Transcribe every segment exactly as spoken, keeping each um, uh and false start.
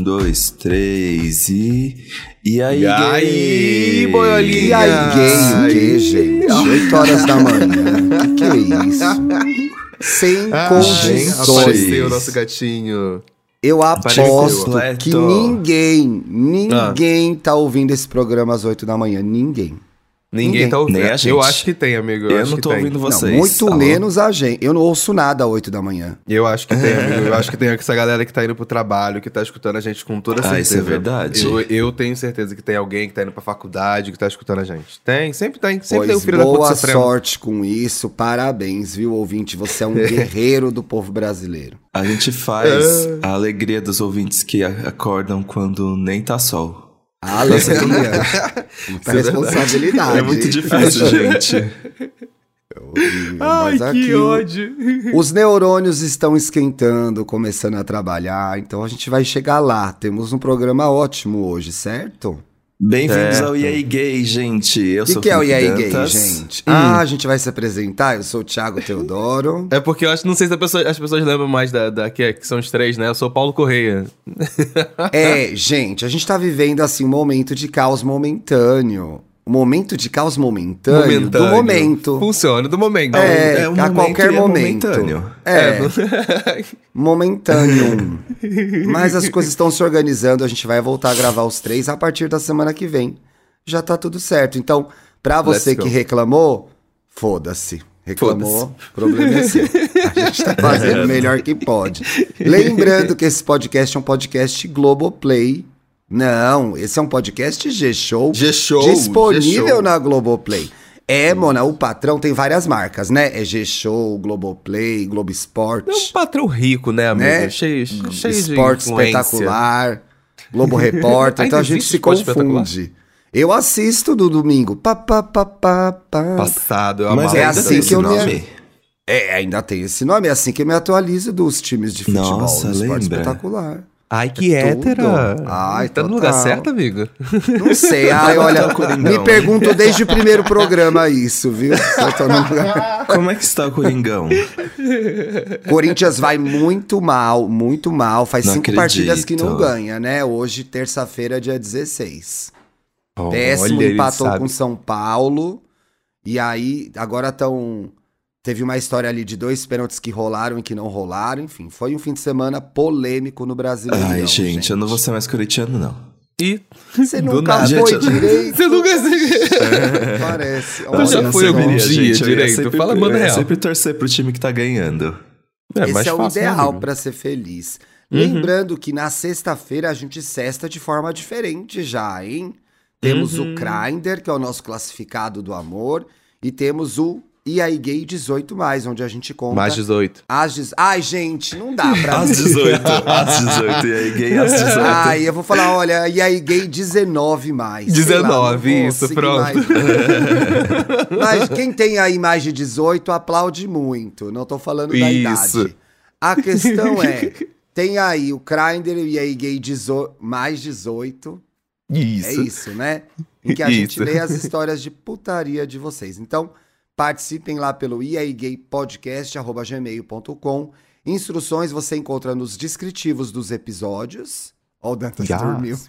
dois, três e... E aí, e aí, boiolinha? E aí, gay, o quê, gente? oito horas da manhã. Que que é isso? Sem Ah, condições. Apareceu o nosso gatinho. Eu aposto Completo. que ninguém, ninguém ah. tá ouvindo esse programa às oito da manhã. Ninguém. Ninguém, ninguém tá ouvindo. Eu acho que tem, amigo. Eu, eu acho não que tô tem. ouvindo vocês. Não, muito Alô? menos a gente. Eu não ouço nada às oito da manhã. Eu acho que tem, amigo. Eu acho que tem essa galera que tá indo pro trabalho, que tá escutando a gente com toda certeza. Ah, isso é verdade. Eu, eu tenho certeza que tem alguém que tá indo pra faculdade, que tá escutando a gente. Tem, sempre tem. Sempre pois tem o filho da puta boa sofrendo. sorte com isso. Parabéns, viu, ouvinte? Você é um guerreiro do povo brasileiro. A gente faz a alegria dos ouvintes que acordam quando nem tá sol. A alegria. Muita responsabilidade. É muito difícil, gente. É horrível, Ai, mas aqui que ódio. Os neurônios estão esquentando, começando a trabalhar, então a gente vai chegar lá. Temos um programa ótimo hoje, certo? Bem-vindos ao E aí Gay, gente. Eu que sou o que é o E aí Gay, Dantas. gente? Hum. Ah, a gente vai se apresentar. Eu sou o Thiago Teodoro. É porque eu acho, não sei se a pessoa, as pessoas lembram mais da, da que, é, que são os três, né? Eu sou o Paulo Correia. É, gente, a gente tá vivendo assim um momento de caos momentâneo. Um momento de caos momentâneo, momentâneo do momento. Funciona, do momento. É, É um a momento qualquer e é momento. momentâneo. É, É, não- momentâneo. Mas as coisas estão se organizando, a gente vai voltar a gravar os três a partir da semana que vem. Já tá tudo certo. Então, pra você Let's que go. reclamou, foda-se. Reclamou, Foda-se. o problema é seu. A gente tá fazendo o melhor que pode. Lembrando que esse podcast é um podcast Globoplay. Não, esse é um podcast G-Show. G-Show, Disponível G-Show. na Globoplay. É, Mona, o patrão tem várias marcas, né? É G-Show, Globoplay, Globo Esporte. É um patrão rico, né, amigo? Né? Cheio, cheio de Esporte influência. Espetacular, Globo Repórter, Ainda então a gente existe se Esporte confunde. Eu assisto do domingo. Pá, pá, pá, pá, pá. Passado, eu Mas amava é ainda assim tem que esse eu me- nome? É, ainda tem esse nome, é assim que eu me atualizo dos times de futebol. Nossa, do Esporte lembra? Espetacular. Ai, que É tudo. hétera. Ai, tá no total. lugar certo, amigo? Não sei, ai, olha, Tá o Coringão. me pergunto desde o primeiro programa isso, viu? Se eu tô no lugar. Como é que está o Coringão? Corinthians vai muito mal, muito mal. Faz Não cinco acredito. partidas que não ganha, né? Hoje, terça-feira, dia dezesseis. Décimo, ele empatou sabe. com São Paulo. E aí, agora estão... Teve uma história ali de dois pênaltis que rolaram e que não rolaram. Enfim, foi um fim de semana polêmico no Brasileirão. Ai, gente, eu não vou ser mais corintiano, não. E Você do nunca nada. foi Gente, direito. você nunca... Parece. já Olha, foi algum seguiria, dia gente, eu ia direito? sempre- Fala, manda eu ia real. sempre torcer pro time que tá ganhando. É, Esse mais é o fácil, né, ideal amigo? pra ser feliz. Uhum. Lembrando que na sexta-feira a gente cesta de forma diferente já, hein? Temos Uhum. o Grindr, que é o nosso classificado do amor, e temos o E aí Gay dezoito mais, onde a gente conta Mais dezoito. as... Dez... Ai, gente, não dá pra... Às dezoito, às dezoito, e aí gay às dezoito. Ai, eu vou falar, olha, E aí Gay dezenove mais. Sei lá, dezenove, não vou isso, seguir pronto. mais. Mas quem tem aí mais de dezoito aplaude muito, não tô falando da Isso. idade. A questão é, tem aí o Grindr e aí Gay dezoito, mais dezoito, Isso. é isso, né? Em que a gente Isso. lê as histórias de putaria de vocês. Então, participem lá pelo e aí gay podcast arroba gmail ponto com. Instruções você encontra nos descritivos dos episódios. Ó, o Dantas Yes. dormiu.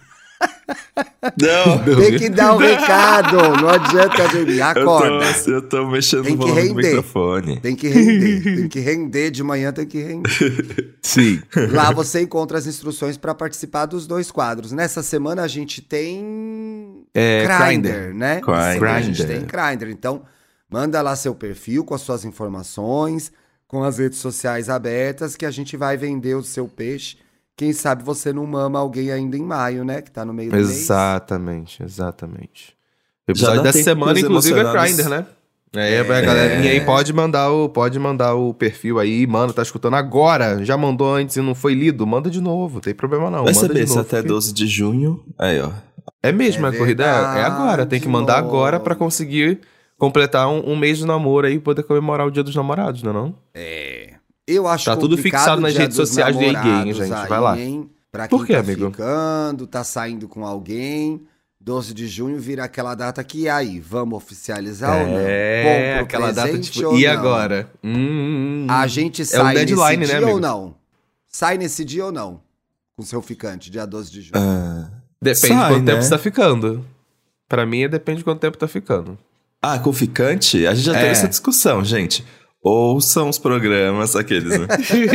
Não, Tem que dar um recado, não adianta dormir. eu Acorda. tô, eu tô mexendo Tem no que volume do render. microfone. Tem que render, tem que render de manhã, tem que render. Sim. Lá você encontra as instruções para participar dos dois quadros. Nessa semana a gente tem É, Grindr, Grindr. né? Grindr. Sim, a gente tem Grindr. Grindr. Então, manda lá seu perfil com as suas informações, com as redes sociais abertas, que a gente vai vender o seu peixe. Quem sabe você não mama alguém ainda em maio, né? Que tá no meio do mês. Exatamente, exatamente. O Já episódio dá dessa tempo semana, pros inclusive, é emocionados. Grindr, né? Aí a galerinha aí pode mandar, o, pode mandar o perfil aí, manda, tá escutando agora, já mandou antes e não foi lido, manda de novo, não tem problema não. Vai manda saber de se novo, até filho. doze de junho. Aí, ó. É mesmo, É a corrida é, é agora, tem que mandar verdade, agora amor. pra conseguir completar um, um mês de namoro aí e poder comemorar o dia dos namorados, não é não? É. Eu acho Tá tudo complicado fixado o nas Dia redes dos sociais do E A Gay, hein, Namorados gente? aí, Vai lá. hein? Pra quem Por quê, tá amigo? ficando, tá saindo com alguém, doze de junho vira aquela data que e aí, vamos oficializar ou não? É, Compro aquela data presente tipo, ou e não? agora? Hum, hum, hum. A gente É o sai deadline, nesse né, dia amigo? ou não? Sai nesse dia ou não? com seu ficante, dia doze de junho? Ah, Depende sai, de quanto né? tempo você tá ficando. Pra mim, é depende de quanto tempo tá ficando. Ah, com ficante? A gente já É. teve essa discussão, gente. Ouçam os programas, aqueles, né?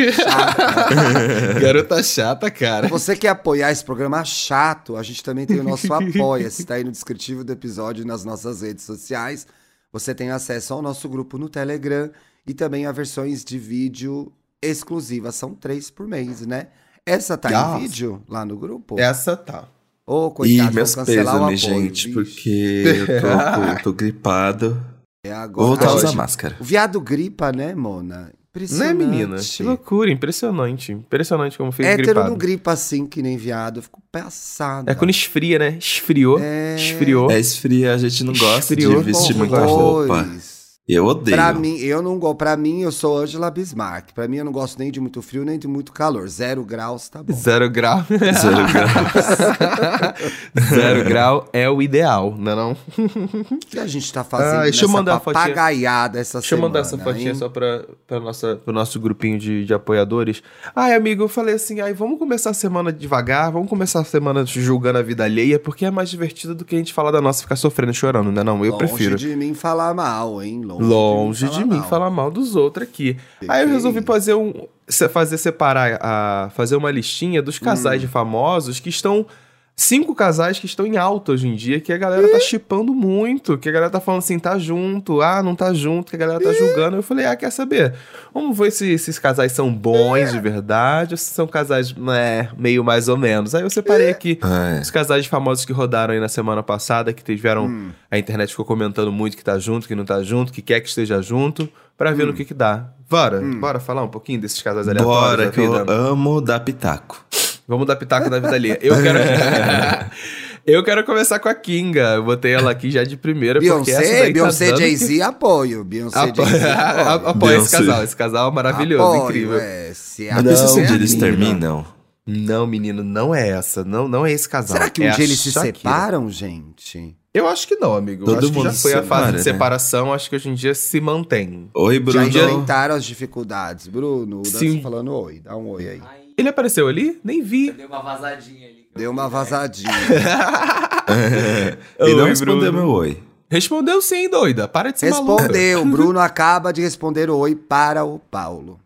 Garota chata, cara. Você quer apoiar esse programa chato? A gente também tem o nosso Apoia-se, tá aí no descritivo do episódio e nas nossas redes sociais. Você tem acesso ao nosso grupo no Telegram e também a versões de vídeo exclusivas. São três por mês, né? Essa tá Nossa. em vídeo lá no grupo? Essa tá. Ô, E coitado, meus vão cancelar o apoio, pêsames, gente, bicho. porque eu tô, tô gripado. É Vou agora. voltar a Ah, usar gente, máscara. o viado gripa, né, Mona? Não é, Impressionante. menina? Que loucura, impressionante. Impressionante como fez Hétero gripado. não gripa assim que nem viado. Eu fico passada. É quando esfria, né? Esfriou. É. Esfriou. É esfria, a gente não gosta Esfriou. de vestir muita Horrores. roupa. Eu odeio. Pra mim, eu não gosto. Pra mim, eu sou Angela Bismarck. Pra mim, eu não gosto nem de muito frio, nem de muito calor. Zero graus, tá bom. Zero grau. Zero graus. Zero grau é o ideal, não é não? O que a gente tá fazendo Ah, deixa eu nessa mandar a fotinha. papagaiada essa Deixa eu semana, mandar essa fotinha hein? só pra, pra nossa, pro nosso grupinho de, de apoiadores. Ai, amigo, eu falei assim, ai, vamos começar a semana devagar, vamos começar a semana julgando a vida alheia, porque é mais divertido do que a gente falar da nossa e ficar sofrendo e chorando, né não? Eu Longe prefiro. de mim falar mal, hein? Longe de mim falar mal dos outros aqui. Que Aí eu que é resolvi isso? fazer um. se- Fazer separar, a, fazer uma listinha dos casais Hum. de famosos que estão. Cinco casais que estão em alta hoje em dia, que a galera tá shippando muito, que a galera tá falando assim, tá junto, ah, não tá junto, que a galera tá julgando. Eu falei, ah, quer saber? Vamos ver se esses casais são bons de verdade ou se são casais, né, meio mais ou menos. Aí eu separei aqui É. os casais famosos que rodaram aí na semana passada, que tiveram. Hum. A internet ficou comentando muito que tá junto, que não tá junto, que quer que esteja junto, pra ver no que que dá. Bora, bora falar um pouquinho desses casais aleatórios Bora, da que eu vida? amo dar pitaco. Vamos dar pitaco da vida ali. Eu quero. Eu quero começar com a Kinga. Eu botei ela aqui já de primeira, porque essa Beyoncé, daí Beyoncé, tá dando Jay-Z, apoio. Beyoncé, Apo... Jay-Z, apoio. Apoia esse Beyoncé. casal. Esse casal é maravilhoso, Apoio, incrível. É, se A a decisão Beyoncé de eles é terminam. Não, menino, não é essa. Não, não é esse casal. Será que um é dia a eles se Shakira. separam, gente? Eu acho que não, amigo. Todo eu acho que mundo já foi se a fase separa, de né? separação. Acho que hoje em dia se mantém. Oi, Já Bruno. enfrentaram as dificuldades. Bruno, o Dan Sim. tá falando oi. Dá um oi aí. Ele apareceu ali? Nem vi. Deu uma vazadinha ali. Deu uma vazadinha. E não Oi, respondeu Bruno. meu oi. Respondeu sim, doida. Para de ser maluca. Respondeu. Bruno acaba de responder o oi para o Paulo.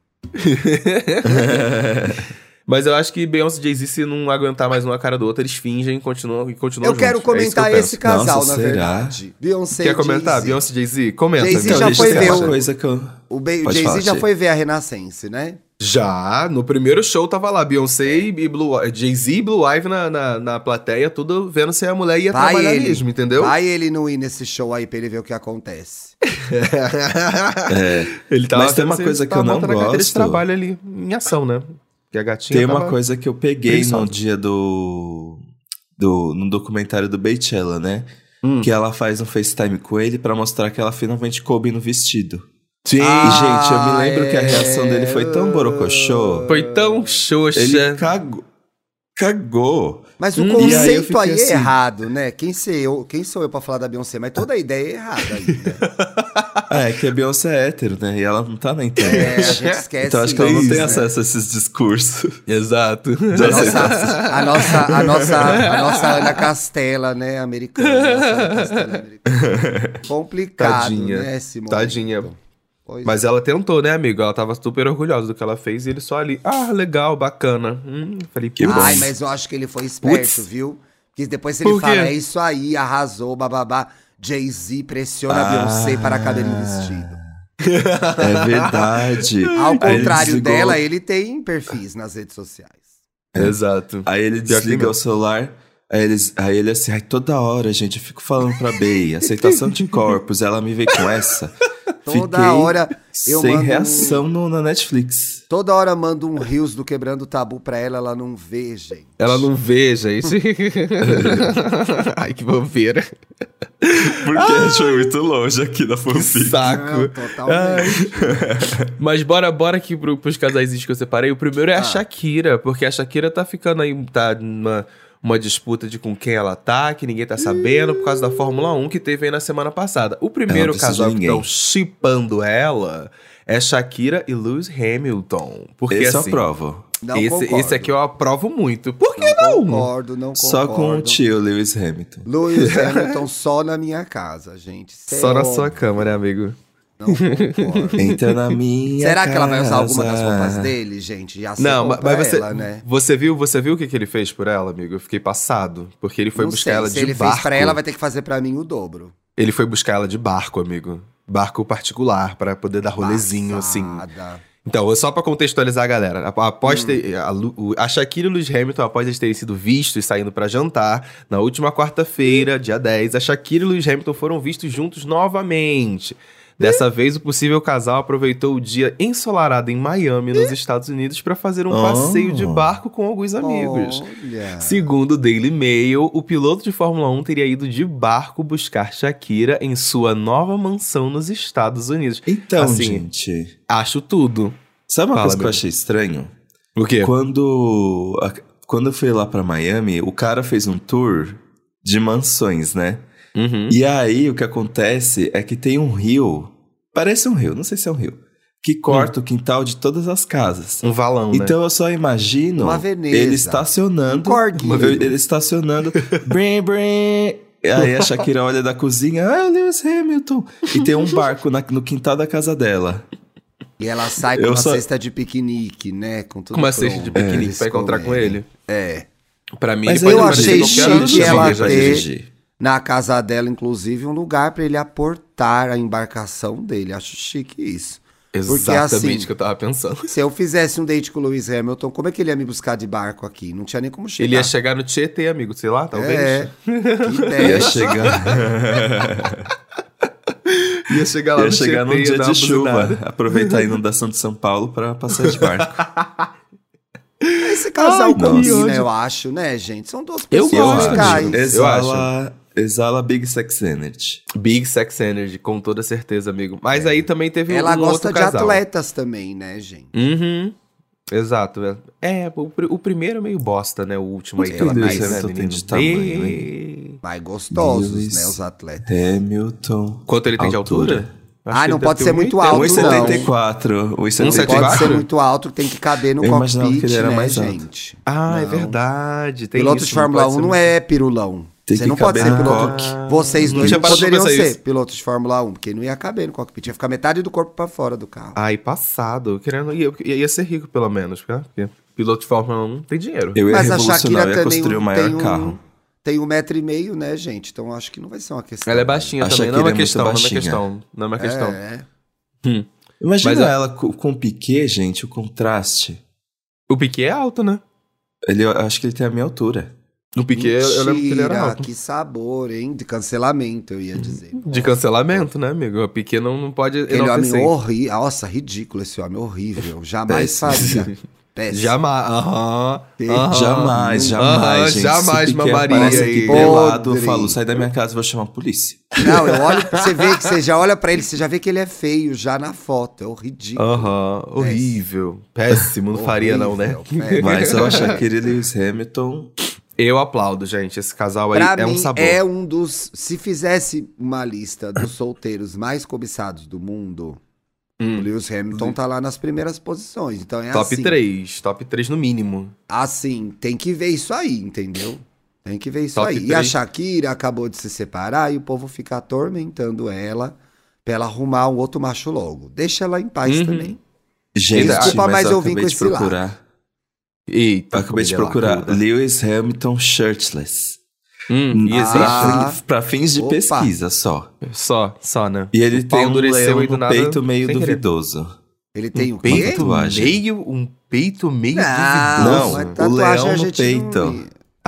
Mas eu acho que Beyoncé e Jay-Z, se não aguentar mais uma cara do outro, eles fingem e continuam, e continuam Eu quero juntos. É isso que eu comentar penso. esse casal, Nossa, na será? verdade. Beyoncé Quer e comentar? Jay-Z. Beyoncé e Jay-Z? Comenta. Jay-Z amigo. já Então, foi gente, ver tem o- uma coisa que eu... O, Be- o Pode Jay-Z falar, já Che. foi ver a Renascense, né? Já, no primeiro show tava lá, Beyoncé e Blue, Jay-Z e Blue Ivy na, na, na plateia, tudo vendo se a mulher ia Vai trabalhar ele, mesmo, entendeu? Vai ele não ir nesse show aí pra ele ver o que acontece. É, Ele tava Mas tem vendo uma se coisa ele que eu tava não botando a carteira de gosto. trabalho ali em ação, né? Que a gatinha tem uma tava... coisa que eu peguei preguiçosa. no dia do... do no documentário do Beychella, né? Hum. Que ela faz um FaceTime com ele pra mostrar que ela finalmente coube no vestido. Sim. E, gente, eu me lembro que a é. reação dele foi tão borocochô. Foi tão xoxa. Ele cagou. Cagou. Mas o Hum. E aí eu conceito fiquei aí, é assim- errado, né? Quem, sei eu, quem sou eu pra falar da Beyoncé? Mas toda a ideia é errada aí, né? Ah, é que a Beyoncé é hétero, né? E ela não tá na É, internet. a gente esquece Então acho que ela não isso, tem né? acesso a esses discursos. Exato. A nossa, a nossa, a nossa, a nossa Ana Castela, né, americana. Nossa Ana Castela americana. Complicado, Tadinha. né, esse momento. Tadinha. Pois Mas ela tentou, né, amigo? Ela tava super orgulhosa do que ela fez e ele só ali, ah, legal, bacana. Hum, falei, Que putz. bom. Ai, mas eu acho que ele foi esperto, Putz. viu? Porque depois se ele Por quê? fala, é isso aí, arrasou, bababá. Jay-Z pressiona a Ah. Beyoncé para caber no vestido. É verdade. Ao Aí ele contrário desligou- dela, ele tem perfis nas redes sociais. Exato. Aí ele Pior que desliga não. o celular. Aí, eles, aí ele assim, ai, toda hora, gente, eu fico falando pra Bey, aceitação de corpos, ela me vem com essa. Toda Fiquei hora eu sem mando um- reação no, na Netflix. Toda hora mando um rios do Quebrando o Tabu pra ela, ela não vê, gente. Ela não vê, gente. Ai, que bobeira. Porque a gente foi muito longe aqui da Que fanfic. saco. Não, totalmente. Mas bora, bora aqui pro, pros casais que eu separei. O primeiro é a Ah. Shakira, porque a Shakira tá ficando aí, tá numa uma disputa de com quem ela tá, que ninguém tá sabendo, por causa da Fórmula um que teve aí na semana passada. O primeiro Ela não precisa casal de que ninguém. estão shippando ela é Shakira e Lewis Hamilton. Porque Esse eu assim, aprovo. Não esse, concordo. esse aqui eu aprovo muito. Por que Não não? concordo, não concordo. Só com o tio Lewis Hamilton. Lewis Hamilton só na minha casa, gente. Isso é Só na óbvio. sua cama, né, amigo? Não concordo. Entra na minha Será casa. que ela vai usar alguma das roupas dele, gente? Já sei Não, mas, pra mas você, ela, né? você viu, você viu o que, que ele fez por ela, amigo? Eu fiquei passado. Porque ele foi Não buscar sei, ela se de ele barco. fez pra ela, vai ter que fazer pra mim o dobro. Ele foi buscar ela de barco, amigo. Barco particular, pra poder dar rolezinho, assim. Passada. Então, só pra contextualizar a galera, após Hum. ter, a, Lu- o- a Shakira e o Lewis Hamilton, após eles terem sido vistos saindo pra jantar, na última quarta-feira, dia dez, a Shakira e o Lewis Hamilton foram vistos juntos novamente. Dessa vez, o possível casal aproveitou o dia ensolarado em Miami, nos Estados Unidos, pra fazer um Oh. passeio de barco com alguns amigos. Olha. Segundo o Daily Mail, o piloto de Fórmula um teria ido de barco buscar Shakira em sua nova mansão nos Estados Unidos. Então, Assim, gente, Acho tudo. sabe uma Fala, coisa que eu meu. achei estranho? O quê? Quando, a- quando eu fui lá pra Miami, o cara fez um tour de mansões, né? Uhum. E aí, o que acontece é que tem um rio, parece um rio, não sei se é um rio, que corta o quintal de todas as casas. Um valão, né? Então eu só imagino Uma Veneza. ele estacionando, Um corguinho. ele ele estacionando, brim, brim. Aí a Shakira olha da cozinha, ah, o Lewis Hamilton. E tem um barco na- no quintal da casa dela. E ela sai com Eu uma só- cesta de piquenique, né? Com tudo Com uma cesta de pronto. piquenique Eles pra encontrar com comerem. ele. É. Pra mim, Mas ele eu pode achei aparecer qualquer chique ano, ela amiga, já ter- disse. Na casa dela, inclusive, um lugar pra ele aportar a embarcação dele. Acho chique isso. Porque Exatamente assim, o que eu tava pensando. se eu fizesse um date com o Lewis Hamilton, como é que ele ia me buscar de barco aqui? Não tinha nem como chegar. Ele ia chegar no Tietê, amigo, sei lá, talvez. É, que Ia ideia. chegar, Ia chegar lá ia no chegar num Tietê, dia ia dar de uma chuva, buzinada. aproveitar a inundação de São Paulo pra passear de barco. Esse casal Ai, que combina, ódio. eu acho, né, gente? São duas Eu pessoas gosto. legais. Eu Exala, exala Big Sex Energy. Big Sex Energy, com toda certeza, amigo. Mas aí também teve Ela um gosta outro de casal. atletas também, né, gente? Uhum. Exato. é. É, o, pri- o primeiro é meio bosta, né? O último aí Quanto que ela que fez, Lewis né, Hamilton tem menino? de tamanho, E- Mais gostosos, Lewis né, os atletas. Hamilton. Quanto ele tem de altura? Acho Ah, que não ele pode deve ser ter muito um alto, um e não. setenta e quatro. um e setenta e Não setenta e pode quatro? ser muito alto, tem que caber no Eu imaginava cockpit, que ele era né, mais alto. gente? Ah, é Não. verdade. Tem Piloto isso, de Fórmula pode um ser não muito- é pirulão. Tem Você que não pode caber ser no piloto. coque. Vocês Não dois tinha não parado pra poderiam pensar ser isso. pilotos de Fórmula um, porque não ia caber no cockpit. Ia ficar metade do corpo pra fora do carro. Ai, passado. Querendo, ia, ia ser rico, pelo menos. Porque porque piloto de Fórmula um tem dinheiro. Eu ia Mas a revolucionar, Shakira eu ia também construir o tem maior um, carro. tem um metro e meio, né, gente? Então acho que não vai ser uma questão. Ela é baixinha A também. Não é Shakira uma é muito questão, não é uma baixinha. questão. Não é uma questão. É. Hum. Imagina Mas a- ela com, com o Piquet, gente, o contraste. O Piquet é alto, né? Ele, eu acho que ele tem a minha altura. O Piquet, eu lembro que ele era Mentira, alto. que sabor, hein? De cancelamento, eu ia dizer. De cancelamento, né, amigo? O Piquet não, não pode Aquele homem enaltecer. horrível. Nossa, ridículo esse homem, horrível. Jamais Péssimo. faria. Péssimo. Jamais. Aham. Tem- aham. Jamais, não- jamais, Aham, gente. jamais Se Piquet mamaria aparece aí. aqui pelado, eu Podre. falo, sai da minha casa, eu vou chamar a polícia. Não, eu olho pra você ver que você já olha pra ele, você já vê que ele é feio já na foto. É ridículo. Aham. Horrível. Péssimo. Não faria, não, né? Horrível, é. Mas eu acho que aquele Lewis Hamilton... Eu aplaudo, gente. Esse casal aí Pra é mim, um sabor. é um dos. Se fizesse uma lista dos solteiros mais cobiçados do mundo, Hum. o Lewis Hamilton tá lá nas primeiras posições. Então é Top assim. três. Top três no mínimo. Assim, tem que ver isso aí, entendeu? Tem que ver isso Top aí. E três. a Shakira acabou de se separar e o povo fica atormentando ela pra ela arrumar um outro macho logo. Deixa ela em paz Uhum. também. Gente, Desculpa, mas, mas eu eu vim acabei com de esse lado. procurar. Eita. Eu acabei de comida procurar lacuda. Lewis Hamilton shirtless. Hum, e existe? Ah. Pra, pra fins de Opa. pesquisa só. Só, só, né? E ele O pau tem um endureceu leão aí do no nada, peito meio sem querer. duvidoso. Ele tem um o quê? peito Tatuagem. meio, um peito meio Não, duvidoso. mas o tatuagem leão a no gente peito. não...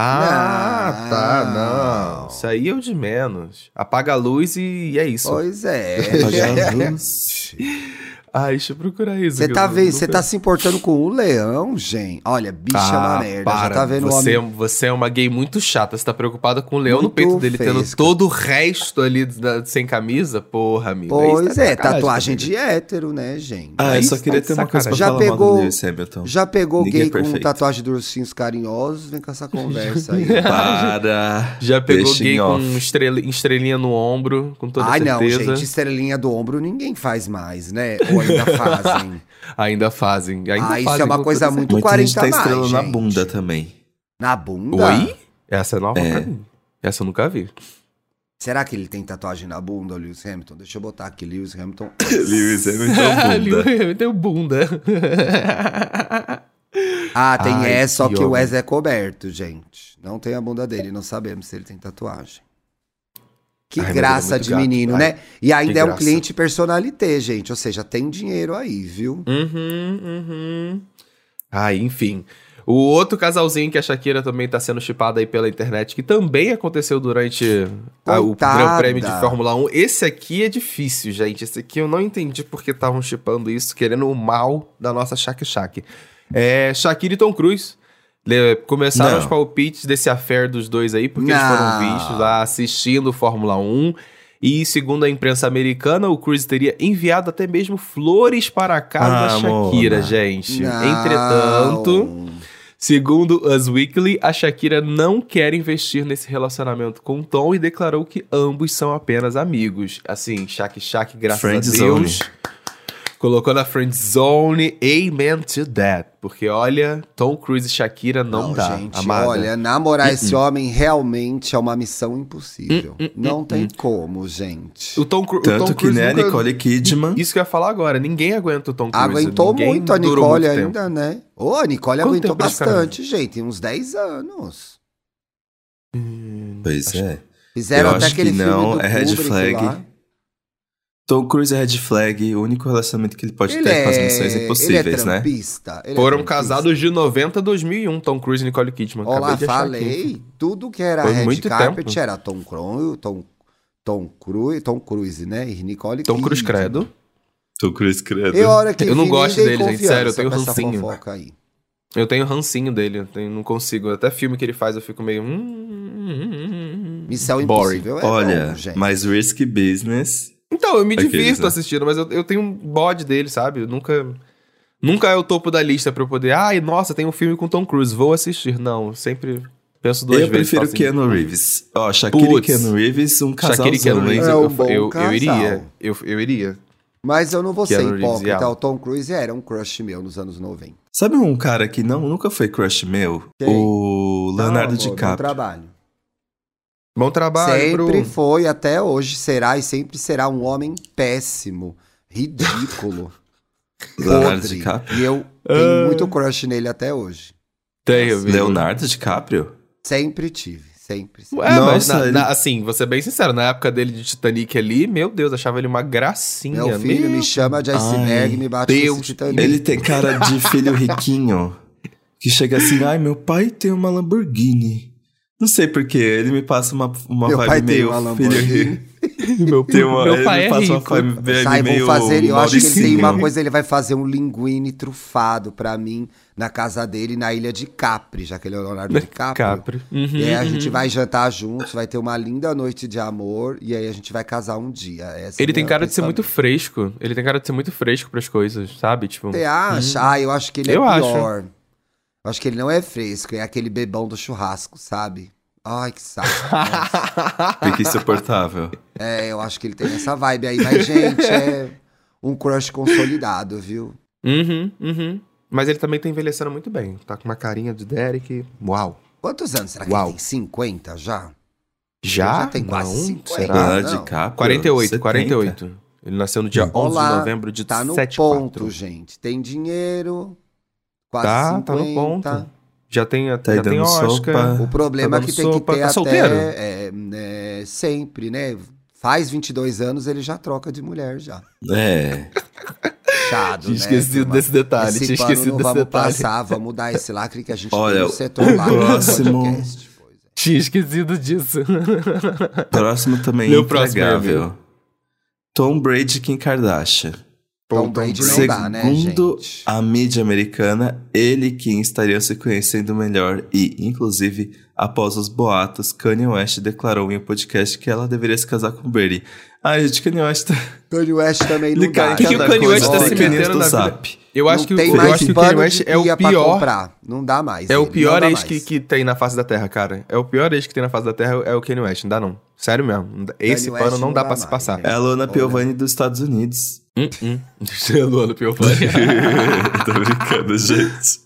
Ah, Não. tá, não. Isso aí é o de menos. Apaga a luz e é isso. Pois é. Apagar a luz. Ai, deixa eu procurar isso. Você que tá eu vendo? nunca- Você tá se importando com o leão, gente. Olha, bicha é uma Ah, merda. para. Já tá vendo o você, homem. você é uma gay muito chata. Você tá preocupada com o leão no Muito peito dele, tendo fresca. todo o resto ali da- sem camisa? Porra, amigo. aí Pois você tá é, sacanagem tatuagem comigo. de hétero, né, gente? Ah, eu Aí só você queria tá ter uma coisa pra Já falar mal pegou- do Lewis Hamilton. Já pegou Ninguém é gay com perfeito. tatuagem de ursinhos carinhosos? Vem com essa conversa aí. Para. Já pegou Deixa gay em com off. estrela- estrelinha no ombro, com toda Ai, não, certeza. gente, estrelinha do ombro ninguém faz mais, né? Ou Ou ainda fazem? Ainda fazem. Ainda ah, fazem, isso é uma com coisa toda muito Muita quarenta gente tá mais, estrelando na gente. bunda também. Na bunda? Oi? Essa é nova É. pra mim. Essa eu nunca vi. Será que ele tem tatuagem na bunda, o Lewis Hamilton? Deixa eu botar aqui, Lewis Hamilton. Lewis Hamilton bunda. Tem bunda. Ah, tem Ai, é, só que que o homem. Wes é coberto, gente. Não tem a bunda dele, não sabemos se ele tem tatuagem. Que Ai, mas graça ele é muito de gato. menino, Ai, né? E ainda que é um graça. cliente personalité, gente. Ou seja, tem dinheiro aí, viu? Uhum, uhum. Ah, enfim. O outro casalzinho que a Shakira também tá sendo chipada aí pela internet, que também aconteceu durante a- o Coitada. Grande Prêmio de Fórmula um. Esse aqui é difícil, gente. Esse aqui eu não entendi porque estavam chipando isso, querendo o mal da nossa Shak Shak. É Shakira e Tom Cruise. Le- Começaram Não. os palpites desse affair dos dois aí, porque eles Não. foram vistos lá assistindo o Fórmula um. E segundo a imprensa americana, o Cruise teria enviado até mesmo flores para a casa Ah, da Shakira, Mona. gente. Não. Entretanto, segundo Us Weekly, a Shakira não quer investir nesse relacionamento com Tom e declarou que ambos são apenas amigos. Assim, Shak Shak, graças Friend a Deus, colocou na friend zone, amen to that. Porque olha, Tom Cruise e Shakira não, dá, gente, amada. olha, namorar esse homem realmente é uma missão impossível. Hum, hum, não hum, tem hum. como, gente. O Tom, Cru- o Tanto Tom que Cruise né, nunca- Nicole Kidman. Isso que eu ia falar agora, ninguém aguenta o Tom Cruise. Aguentou ninguém muito a durou Nicole muito ainda, tempo. né? Ô, a Nicole Quanto aguentou tempo eles ficaram bastante, gente. Uns dez anos. Pois é. Fizeram Eu até acho aquele que filme não, do é red Kubrick flag. lá. Tom Cruise é red flag, o único relacionamento que ele pode Ele ter com as é, missões ele é impossíveis, né? trampista. ele é Foram trampista. casados de noventa a dois mil e um, Tom Cruise e Nicole Kidman. Olá, Acabei de achar falei. aqui. Tudo que era Foi red muito carpet tempo. era Tom Cruise, Tom, Tom Cruise, Tom Cruise, né? E Nicole Tom Cruise Kidman. credo. Tom Cruise credo. E a hora que Eu não vi, gosto nem dei dele, gente, confiança sério, eu tenho pra essa rancinho. fofoca aí. Eu tenho rancinho dele, eu tenho- não consigo. Até filme que ele faz eu fico meio... hum, Missão boring. Impossível é Olha, bom, gente. mais Risky Business. Então, eu me Aqueles, divirto né? assistindo, mas eu, eu tenho um bode dele, sabe? Eu nunca... Nunca é o topo da lista pra eu poder... Ai, nossa, tem um filme com Tom Cruise, vou assistir. Não, eu sempre penso duas Eu vezes. prefiro falo assim, Keanu Reeves. Ó, Shakira Putz. e Keanu Reeves, um casalzão, Shakira e Keanu hein? Reeves, É eu, um eu, bom eu, eu casal. iria. Eu, eu iria. Mas eu não vou ser Keanu Reeves e hipócrita. ela. O Tom Cruise era um crush meu nos anos noventa. Sabe um cara que não, nunca foi crush meu? Quem? O Leonardo Não, amor, bom DiCaprio. trabalho. Bom trabalho, Sempre Bruno. foi, até hoje será e sempre será um homem péssimo, ridículo, Leonardo podre. DiCaprio? E eu tenho muito crush nele até hoje. Tem, amigo. Leonardo DiCaprio? Sempre tive, sempre. sempre. É, mas Nossa, na- ele- na- assim, vou ser bem sincero, na época dele de Titanic ali, meu Deus, achava ele uma gracinha. Meu filho meu me chama de iceberg Ai, e me bate Deus. com esse Titanic. Ele tem cara de filho riquinho. Que chega assim, ai, meu pai tem uma Lamborghini. Não sei porquê, ele me passa uma, uma Meu vibe pai tem meio uma filho Lamborghini. rico. Meu, Tem uma, meu ele pai me é passa rico. uma vibe Sai, meio vão fazer, eu acho que ele tem Mauricinho. uma coisa, ele vai fazer um linguine trufado pra mim na casa dele, na ilha de Capri, já que ele é o Leonardo DiCaprio. Capri. Uhum, E aí a gente uhum. vai jantar juntos, vai ter uma linda noite de amor, e aí a gente vai casar um dia. Essa é Ele a tem minha cara de ser pensamento. muito fresco. Ele tem cara de ser muito fresco pras coisas, sabe? Tipo, Você acha? Ah, eu acho que ele é Eu acho. pior. Eu acho que ele não é fresco, é aquele bebão do churrasco, sabe? Ai, que saco. Nossa. Fica insuportável. É, eu acho que ele tem essa vibe aí. Mas, gente, é um crush consolidado, viu? Uhum, uhum. Mas ele também tá envelhecendo muito bem. Tá com uma carinha de Derek. Uau. Quantos anos? Será que Uau. ele tem? cinquenta já? Já? Já tem quase Não, cinquenta. será? Leonardo não. DiCaprio? quarenta e oito, setenta. quarenta e oito. Ele nasceu no dia onze Olá, de novembro de tá no setenta e ponto, quatro. gente. Tem dinheiro, quase Tá, cinquenta. tá no ponto. Já tem, Tá aí já tem dando Oscar. sopa. O problema é Tá que dando tem que sopa, ter tá até solteiro? é, é, sempre, né? Faz vinte e dois anos, ele já troca de mulher já. É. Chado, Tinha né? esquecido turma? desse detalhe, Esse tinha pano esquecido não desse vamos detalhe. passar, vamos dar esse lacre que a gente Olha, tem no setor lá próximo- do podcast. Pois é. Tinha esquecido disso. Próximo também Meu próximo, intragável. Tom Brady e Kim Kardashian. Tom Brady não Segundo dá, né, gente? a mídia americana, ele e Kim estariam se conhecendo melhor e, inclusive, Após os boatos, Kanye West declarou em um podcast que ela deveria se casar com Brady. Ai, gente, Kanye West tá... Kanye West também não dá. O que, que o Kanye West tá se metendo na Zap. vida? Eu acho que, tem eu mais acho que o Kanye West é o pior... comprar. Não dá mais. É o ele. pior ex mais. que, que tem na face da Terra, cara. É o pior ex que tem na face da Terra é o Kanye West. Não dá, não. Sério mesmo. Não dá. Esse West pano não não dá dá pra se mais, passar. né? É a Luana Olha. Piovani dos Estados Unidos. Hum, hum. É a Luana Piovani. Tô brincando, gente.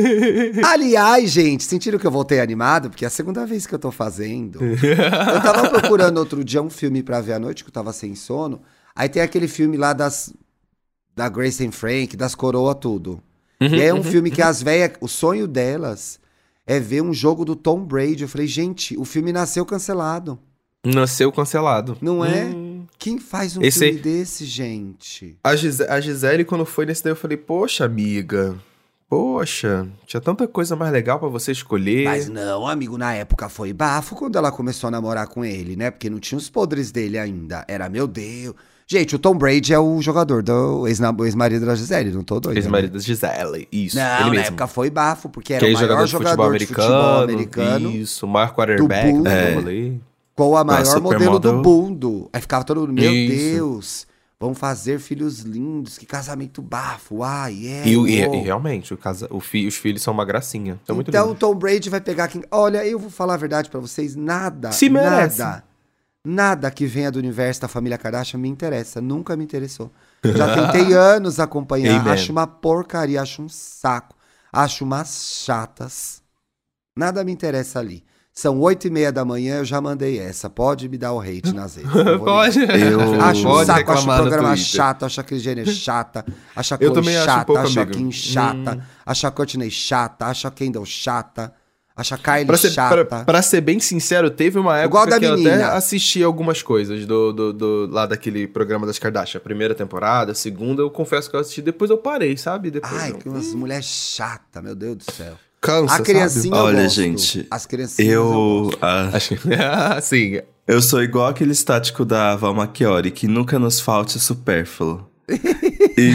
Aliás, gente, sentiram que eu voltei animado? Porque é a segunda vez que eu tô fazendo. Eu tava procurando outro dia um filme pra ver à noite, que eu tava sem sono. Aí tem aquele filme lá das... Da Grace and Frank, das coroas, tudo. Uhum, e aí é um uhum, filme que as velhas... O sonho delas é ver um jogo do Tom Brady. Eu falei, gente, o filme nasceu cancelado. Nasceu cancelado. Não é? Hum. Quem faz um Esse filme aí... desse, gente? A, Gis... a Gisele, quando foi nesse daí, eu falei, poxa, amiga... Poxa, tinha tanta coisa mais legal pra você escolher. Mas não, amigo, na época foi bafo quando ela começou a namorar com ele, né? Porque não tinha os podres dele ainda. Era, meu Deus... Gente, o Tom Brady é o jogador do ex-marido da Gisele, não tô doido. Ex-marido né? da Gisele, isso. Não, ele na mesmo. época foi bafo, porque era que o maior jogador, jogador de de futebol, futebol americano, americano. Isso, o maior quarterback do é. rolê. Com a maior Nossa, modelo do supermodel. mundo. Aí ficava todo mundo, meu Isso. Deus, vão fazer filhos lindos, que casamento bafo, ai, é. E, o- e- oh. e realmente, o casa, o fi, os filhos são uma gracinha. São muito Então o lindos. Tom Brady vai pegar quem... Olha, eu vou falar a verdade pra vocês, nada, Se merece. nada, nada que venha do universo da família Kardashian me interessa, nunca me interessou. Já tentei anos acompanhar, Amen. acho uma porcaria, acho um saco, acho umas chatas. Nada me interessa ali. São oito e meia da manhã, eu já mandei essa. Pode me dar o hate nas redes. não vou Pode. ligar. Eu- Acho um Pode saco, acho o reclamar no programa Twitter. chato, acho a Kris Jenner chata, acho a Eu Chloe também acho um chata, pouco, acho a amigo. Kim chata, Hum. acho a Courtney chata, acho a Kendall chata, acho a Kylie Pra ser, chata. pra, pra ser bem sincero, teve uma Eu gosto época da que eu até menina. assisti algumas coisas do, do, do- lá daquele programa das Kardashian. A primeira temporada, a segunda, eu confesso que eu assisti, depois eu parei, sabe? Depois Ai, eu... que umas mulheres chatas, meu Deus do céu. Cansa, A criancinha eu Olha, gosto. gente, As criancinhas eu, Eu, gosto. ah, sabe? Acho que... Sim. eu sou igual aquele estático da Val Machiori, que nunca nos falte supérfluo. E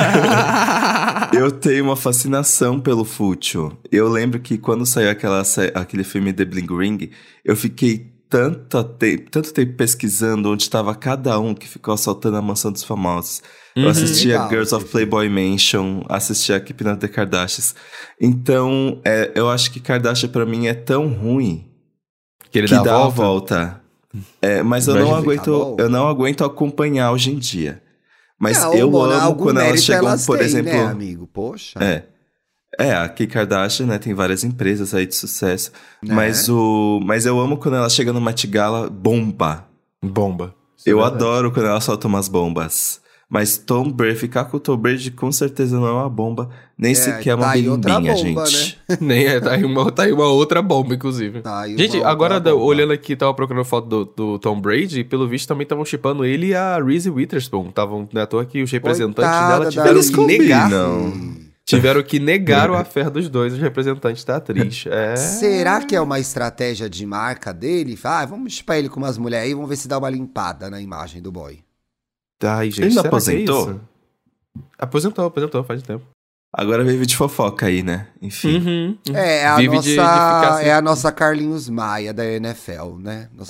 daí, eu tenho uma fascinação pelo fútil. Eu lembro que quando saiu aquela, sé- aquele filme The Bling Ring, eu fiquei tanto tempo, tanto tempo pesquisando onde estava cada um que ficou assaltando a mansão dos famosos. Eu assistia Legal Girls esse of Playboy Mansion, assistia Keeping Up the Kardashians. Então, é, eu acho que Kardashian pra mim é tão ruim Que ele que dá, dá a a volta. volta. É, mas eu não, Imagina. aguento, Tá bom. eu não aguento acompanhar hoje em dia. Mas Não, eu Mona, amo algum quando elas mérito chegam, elas por têm, exemplo... né, amigo? Poxa. É. É, a Kim Kardashian, né, tem várias empresas aí de sucesso. Né? Mas, o, mas eu amo quando ela chega no Met Gala, bomba. Bomba. Isso é Eu verdade. adoro quando ela solta umas bombas. Mas Tom Brady, ficar com o Tom Brady com certeza não é uma bomba, nem sequer uma tá aí outra bimbinha, bomba, gente. Nem é, tá aí, uma, tá aí uma outra bomba, inclusive. Tá aí uma Gente, outra agora da- bomba. olhando aqui, tava procurando foto do, do Tom Brady, e pelo visto também estavam shippando ele e a Reese Witherspoon. Estavam, não é à toa que os representantes Coitada dela da tiveram Reese. que negar. Não. Tiveram que negar o affair dos dois, os representantes da atriz. É. Será que é uma estratégia de marca dele? Ah, vamos chipar ele com umas mulheres aí, vamos ver se dá uma limpada na imagem do boy. Ai, gente, Ele não será que é aposentou? isso? Aposentou, aposentou, faz tempo. Agora vive de fofoca aí, né? Enfim. Uhum. É, é a, Vive nossa, de- de ficar assim. é a nossa Carlinhos Maia da N F L, né? Nossa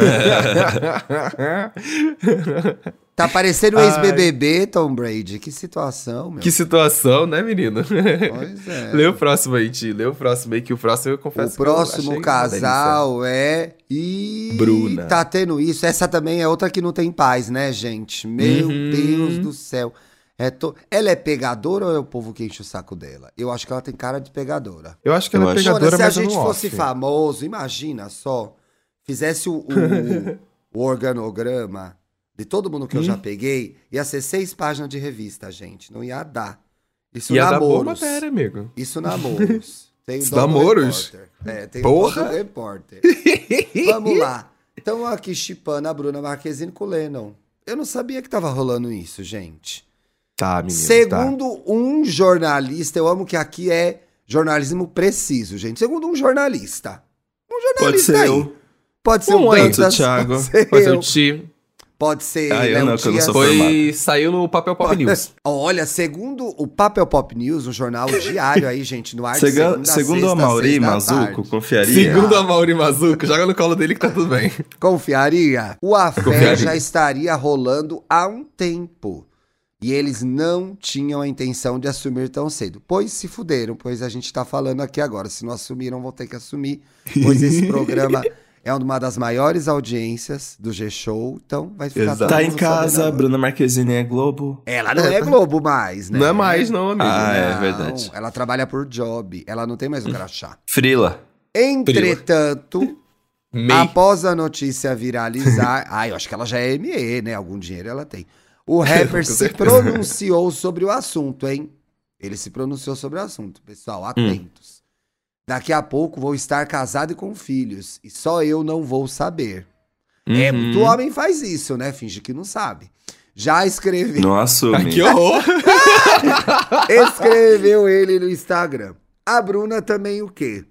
Carlinhos. Tá parecendo o Ai. ex-B B B, Tom Brady. Que situação, meu. Que situação, né, menino? Pois é. Lê o próximo aí, Ti. Lê o próximo aí, que o próximo eu confesso O que eu próximo achei uma casal é. E Bruna. tá tendo isso. Essa também é outra que não tem paz, né, gente? Meu Uhum. Deus do céu. É to... Ela é pegadora ou é o povo que enche o saco dela? Eu acho que ela tem cara de pegadora. Eu acho que ela Eu é acho- pegadora, Mona, se a mas eu gente não fosse off. famoso, imagina só, fizesse o, o, o organograma de todo mundo que eu Hum. já peguei, ia ser seis páginas de revista, gente. Não ia dar. Isso Ia dar boa namoros. matéria, amigo. Isso namoros. Tem o Isso dom do namoros? repórter. É, tem Porra. o dom do repórter. Vamos lá. Estamos aqui chipando a Bruna Marquezine com o Lennon. Eu não sabia que tava rolando isso, gente. Tá, menino, Segundo um jornalista, eu amo que aqui é jornalismo preciso, gente. Segundo um jornalista. Um Pode jornalista ser aí. eu. Pode ser Um o aí, Dantas, Thiago. pode ser Pode ser eu. o Ti. Pode ser Ah, eu Léo não, que eu não Dias. sou Foi, saiu no Papel Pop News. Olha, segundo o Papel Pop News, um jornal diário aí, gente, no ar de Sega- segunda a segundo sexta, a Mauri seis da Mazuco, tarde. confiaria? Segundo a Mauri Mazuco, joga no colo dele que tá tudo bem. Confiaria? O afé Confiaria. já estaria rolando há um tempo. E eles não tinham a intenção de assumir tão cedo. Pois se fuderam, pois a gente tá falando aqui agora. Se não assumiram, vão ter que assumir. Pois esse programa é uma das maiores audiências do G-Show. Então vai ficar Exato. todo Tá em mundo casa, sabendo agora. Bruna Marquezine é Globo. Ela não é Globo mais, né? Não é mais, não, amigo. Ah, é Não, verdade. Ela trabalha por job. Ela não tem mais um crachá. Frila. Entretanto, Meio. após a notícia viralizar... ah, eu acho que ela já é M E, né? Algum dinheiro ela tem. O rapper Com se certeza. pronunciou sobre o assunto, hein? Ele se pronunciou sobre o assunto. Pessoal, atentos. Daqui a pouco vou estar casado e com filhos. E só eu não vou saber. É, Uhum. muito homem faz isso, né? Finge que não sabe. Já escreveu. Não assume. Ah, que horror. Escreveu ele no Instagram. A Bruna também o quê?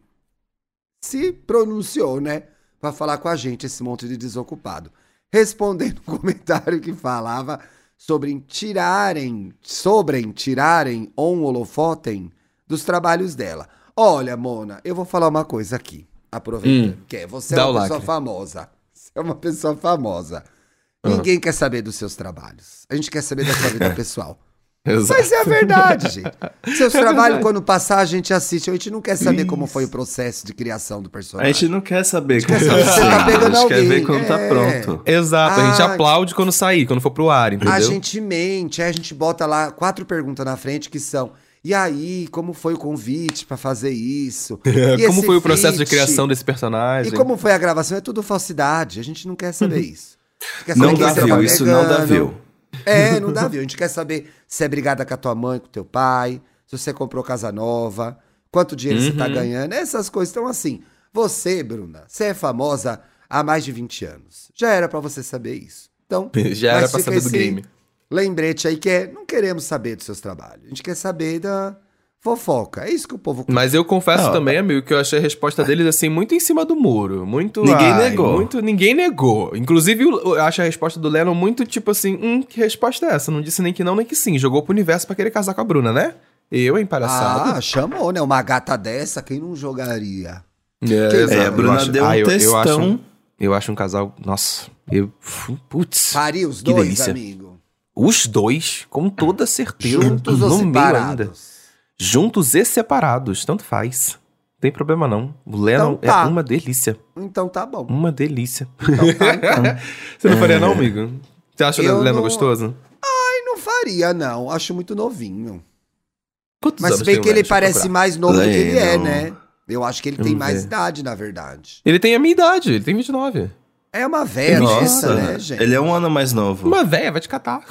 Se pronunciou, né? Pra falar com a gente, esse monte de desocupado. Respondendo um comentário que falava sobre tirarem, sobre tirarem on holofotem dos trabalhos dela. Olha, Mona, eu vou falar uma coisa aqui. Aproveitando, Hum, que é, você é dá uma o pessoa lacre. famosa. Você é uma pessoa famosa. Ah. Ninguém quer saber dos seus trabalhos. A gente quer saber da sua vida pessoal. Exato. Mas é a verdade, gente. Seus trabalhos, quando passar, a gente assiste. A gente não quer saber como foi o processo de criação do A personagem. gente não quer saber como quer saber se você tá a pegando gente quer alguém. ver quando tá É. pronto. Exato, a gente Ah, aplaude quando sair, quando for pro ar, entendeu? A gente mente, aí a gente bota lá quatro perguntas na frente que são: e aí, como foi o convite pra fazer isso? E Como esse foi o processo de feat? criação desse personagem? E como foi a gravação? É tudo falsidade. A gente não quer saber isso. A gente quer Não saber dá quem você view, tá isso não dá pegando. view. É, não dá view. A gente quer saber se é brigada com a tua mãe, com o teu pai, se você comprou casa nova, quanto dinheiro você tá Uhum. ganhando. Essas coisas. Então, assim, você, Bruna, você é famosa há mais de vinte anos. Já era pra você saber isso. Então, Já era mas pra fica saber do esse game. lembrete aí que é, não queremos saber dos seus trabalhos. A gente quer saber da fofoca. É isso que o povo... Mas eu confesso Não, também, amigo, que eu achei a resposta deles, assim, muito em cima do muro. Muito. Ninguém ai, negou. Muito, ninguém negou. Inclusive, eu eu acho a resposta do Lennon muito tipo assim: hum, que resposta é essa? Não disse nem que não, nem que sim. Jogou pro universo pra querer casar com a Bruna, né? Eu, hein, palhaçada. Ah, chamou, né? Uma gata dessa, quem não jogaria? É, que- exato. É, a Bruna Eu acho- deu um ah, eu, eu acho, textão. eu acho um casal. Nossa, eu. Putz. Faria os Que dois, delícia. amigo? Os dois, com toda certeza. Juntos ou no meio ainda. separados? Juntos e separados, tanto faz. Não tem problema não. O Lennon Então tá. é uma delícia. Então tá bom. Uma delícia. Então tá, então. Você não faria não, amigo? Você acha Eu o Lennon não- gostoso? Ai, não faria, não. Acho muito novinho. Quantos Mas anos bem tem o que ele Lennon? Deixa eu parece procurar. mais novo do que ele é, Lennon. né? Eu acho que ele tem Vamos mais ver. idade, na verdade. Ele tem a minha idade, ele tem vinte e nove. É uma velha dessa, Nossa, né, gente? ele é um ano mais novo. Uma véia, vai te catar.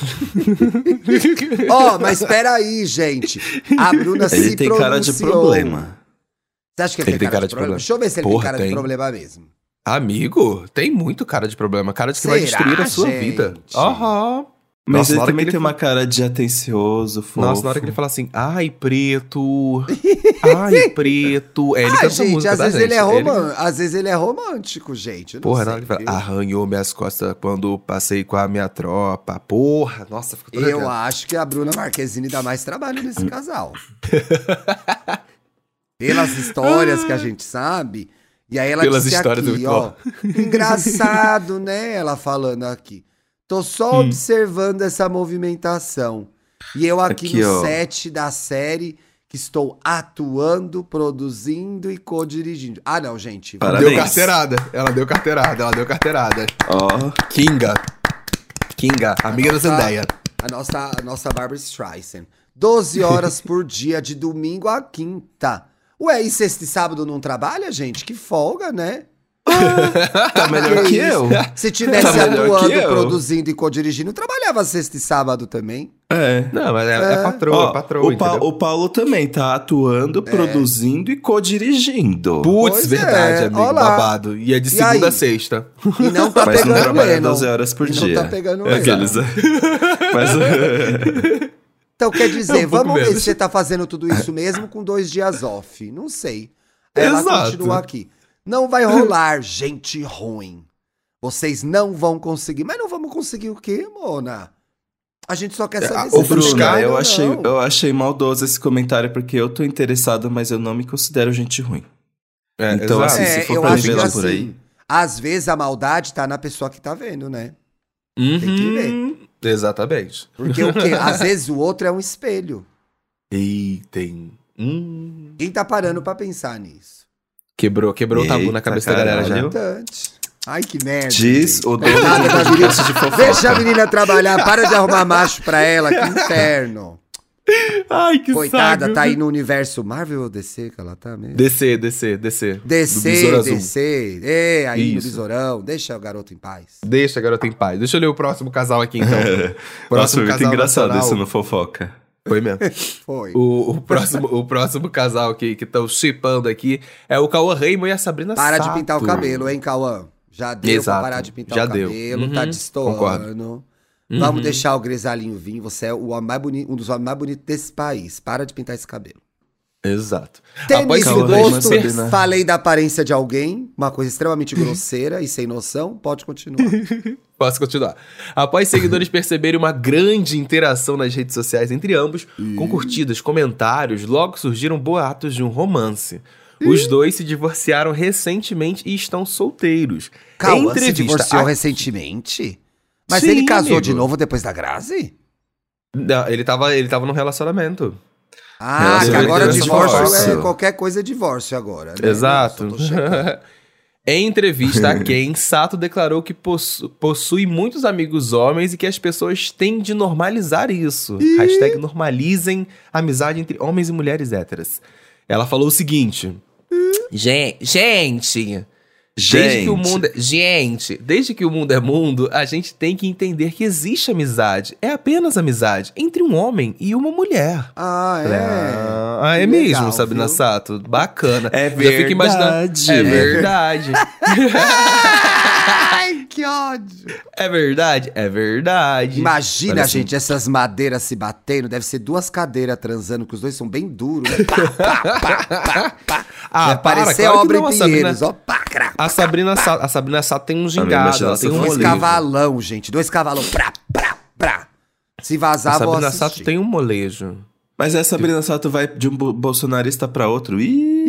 Ó, mas peraí, gente. A Bruna se Ele tem cara de pronunciou. problema. Você acha que ele, tem cara, de problema? Deixa eu ver se ele Porra, tem cara tem. de problema mesmo. Amigo, tem muito cara de problema. Cara de que vai Será, destruir a sua gente? vida. Aham. Mas Nossa, ele na hora também que tem ele uma cara de atencioso, fofo. Nossa, na hora que ele fala assim, ai, preto, ai, preto. É, ele ah, canta gente, música, às tá, vezes gente? ele é romântico. Às vezes ele é romântico, gente. Eu não Porra, na sei, hora que ele viu? fala, arranhou minhas costas quando passei com a minha tropa. Porra, nossa, ficou todo Eu arrepiado. acho que a Bruna Marquezine dá mais trabalho nesse casal. Pelas histórias que a gente sabe. E aí ela Pelas disse histórias aqui, do ó. Engraçado, né? Ela falando aqui. Tô só Hum. observando essa movimentação. E eu aqui, Aqui, no ó. set da série que estou atuando, produzindo e co-dirigindo. Ah, não, gente. Parabéns. Deu carteirada. Ela deu carteirada, ela deu carteirada. Ó, Kinga. Kinga, amiga da nossa- Zendaya. A nossa, a nossa Barbara Streisand. doze horas por dia, de domingo a quinta. Ué, e sexta e sábado não trabalha, gente? Que folga, né? tá melhor que isso? eu. Se tivesse Tá melhor atuando, que eu. produzindo e co-dirigindo, trabalhava sexta e sábado também. É. Não, mas é, é patroa, Ó, é patroa, o, Pa- entendeu? o Paulo também tá atuando, produzindo e co-dirigindo. Putz, Pois verdade, é, amigo, ó lá. babado. E é de E segunda aí? a sexta. E não tá Mas não pegando trabalha Lennon. doze horas por E dia. Não tá pegando É Lennon. aqueles. Mas. Então, quer dizer, É um pouco vamos ver menos. se você tá fazendo tudo isso mesmo com dois dias off. Não sei. Aí ela Exato. continua aqui. Não vai rolar gente ruim. Vocês não vão conseguir. Mas não vamos conseguir o quê, Mona? A gente só quer saber Ô, se Bruna, buscar eu ou achei, não. eu achei maldoso esse comentário, porque eu tô interessado, mas eu não me considero gente ruim. É, Então, exato. assim, se É, for eu pra acho que nivelar assim, por aí... às vezes a maldade tá na pessoa que tá vendo, né? Uhum. Tem que ver. Exatamente. Porque o quê? Às vezes o outro é um espelho. Eita, hein? Hum. Quem tá parando pra pensar nisso? Quebrou, quebrou o tabu Eita, na cabeça da galera já. caralho. Importante. Ai, que merda. Diz gente. o dono Coitada do da podcast menina. de fofoca. Deixa a menina trabalhar, para de arrumar macho pra ela, que inferno. Ai, que Coitada, saco. tá aí no universo Marvel ou D C que ela tá mesmo? Descer, descer, descer. Do DC, Besouro Azul. DC. É, aí no Isso. besourão. Deixa o garoto em paz. Deixa a garota em paz. Deixa eu ler o próximo casal aqui, então. Nossa, foi muito casal engraçado nacional. isso no fofoca. Foi mesmo. Foi. O, o, próximo, o próximo casal aqui que estão shippando aqui é o Cauã Raymond e a Sabrina Para Sato. de pintar o cabelo, hein, Cauã? Já deu Exato, pra parar de pintar já o deu. cabelo, Uhum, tá destoando. concordo. Vamos Uhum. deixar o grisalhinho vir. Você é o homem mais bonito, um dos homens mais bonitos desse país. Para de pintar esse cabelo. Exato. Tênis Após no Cauã seguidores gosto, Raymond, per- Sabrina. falei da aparência de alguém, uma coisa extremamente grosseira e sem noção. Pode continuar. Posso continuar. Após seguidores perceberem uma grande interação nas redes sociais entre ambos, com curtidas, comentários, logo surgiram boatos de um romance. Os dois se divorciaram recentemente e estão solteiros. Cauã Em se entrevista divorciou a- recentemente? Mas Sim, ele casou amigo. de novo depois da Grazi? Não, ele tava, ele tava num relacionamento. Ah, que Relacionamento agora é divórcio é divórcio. qualquer coisa é divórcio agora, né? Exato. Nossa, eu tô checando. Em entrevista a Ken, Sato declarou que possu- possui muitos amigos homens e que as pessoas têm de normalizar isso. Hashtag normalizem a amizade entre homens e mulheres héteras. Ela falou o seguinte... Gen- Gente... Desde que o Gente. mundo é... Gente, desde que o mundo é mundo, a gente tem que entender que existe amizade. É apenas amizade entre um homem e uma mulher. Ah, é. Ah, é Que mesmo, legal, Sabrina viu? Sato. Bacana. É Já fico imaginando. verdade. É verdade. Ai, que ódio. É verdade? É verdade. Imagina, Olha assim. gente, essas madeiras se batendo. Deve ser duas cadeiras transando, que os dois são bem duros, né? Pá, pá, pá, pá, pá. Ah, Deve para, parecer claro que obra não, a em Sabrina- Pinheiros, ó. Pá, crá, A Sabrina, Sa a Sabrina Sato tem um minha gingado, ela tem um imaginação dois foi molejo. cavalão, gente. Dois cavalão. Prá, prá, prá. Se A vazar, vou Sabrina assistir. Sato tem um molejo. Mas essa Sabrina Sato vai de um bo- bolsonarista pra outro. Ih!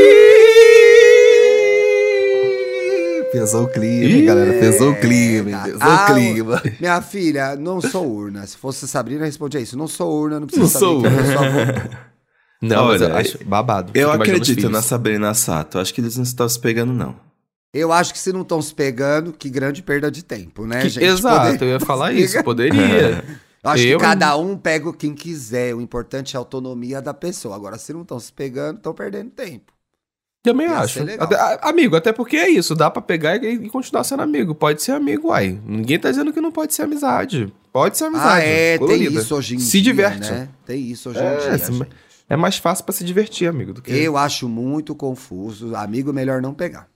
Pesou o clima, galera. Pesou o clima, pesou Ah, o clima. Minha filha, não sou urna. Se fosse Sabrina, respondia isso. Não sou urna, não precisa Não saber sou que a urna. pessoa votou. Não, mas Olha, eu acho babado. Eu Fico imaginando os acredito filhos. na Sabrina Sato. Acho que eles não estão se pegando, não. Eu acho que se não estão se pegando, que grande perda de tempo, né, Que- gente? Exato, Poder- eu ia falar Liga. isso, poderia. Eu acho Eu- que cada um pega quem quiser. O importante é a autonomia da pessoa. Agora, se não estão se pegando, estão perdendo tempo. Também Ia acho. ser legal. Até- a- amigo, até porque é isso, dá pra pegar e, e continuar sendo amigo. Pode ser amigo, uai. Ninguém tá dizendo que não pode ser amizade. Pode ser amizade. Ah, é, colorida. tem isso hoje em Se dia, diverte. né? Tem isso hoje É, em dia, se- gente. É mais fácil pra se divertir, amigo, do que... Eu acho muito confuso. Amigo, melhor não pegar.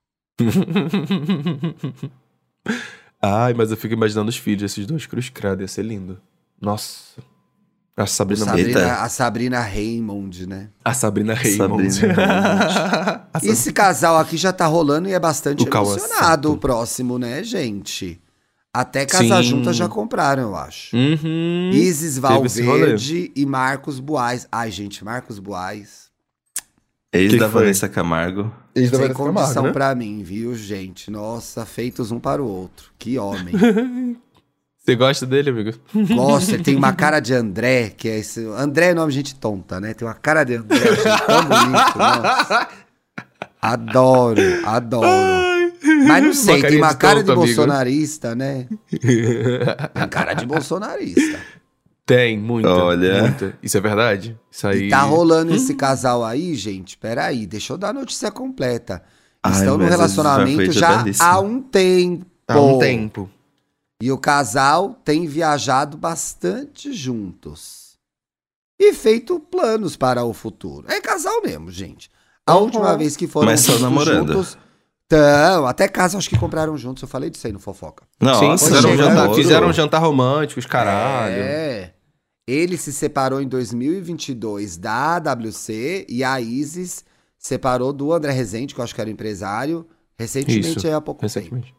Ai, mas eu fico imaginando os filhos desses dois cruz credo, ia ser lindo. Nossa. A Sabrina, Sabrina, Eita. a Sabrina Raymond, né? A Sabrina Raymond. Sabrina A Sab- Esse casal aqui já tá rolando e é bastante O Cauã emocionado Sato. o próximo, né, gente? Até Casa Sim. Juntas já compraram, eu acho. Uhum. Isis Teve esse rolê. Valverde e Marcos Buais. Ai, gente, Marcos Buais. Ex Que da que foi? Vanessa Camargo. Eles Sem devem ficar condição amargo, né? pra mim, viu, gente? Nossa, feitos um para o outro. Que homem. Você gosta dele, amigo? Nossa, ele tem uma cara de André, que é esse. André é nome de gente tonta, né? Tem uma cara de André, eu achei tão bonito, nossa. Adoro, adoro. Mas não sei, tem carinha uma de cara de tonto, amigo. bolsonarista, né? Tem cara de bolsonarista. Tem, muita. Olha. Muita. Isso é verdade? Isso aí. E tá rolando esse casal aí, gente. Peraí, deixa eu dar a notícia completa. Ai, Estão no mas relacionamento foi já belíssimo. há um tempo. Há um tempo. E o casal tem viajado bastante juntos. E feito planos para o futuro. É casal mesmo, gente. A Uhum. última vez que foram Mas só vistos namorando. juntos... Então, até casa acho que compraram juntos. Eu falei disso aí no Fofoca. Nossa, Sim, fizeram um, chegando. jantar, fizeram um jantar romântico, os caralho. É. Ele se separou em dois mil e vinte e dois da A W C e a Isis separou do André Rezende, que eu acho que era empresário, recentemente, Isso, aí há pouco tempo. Recentemente.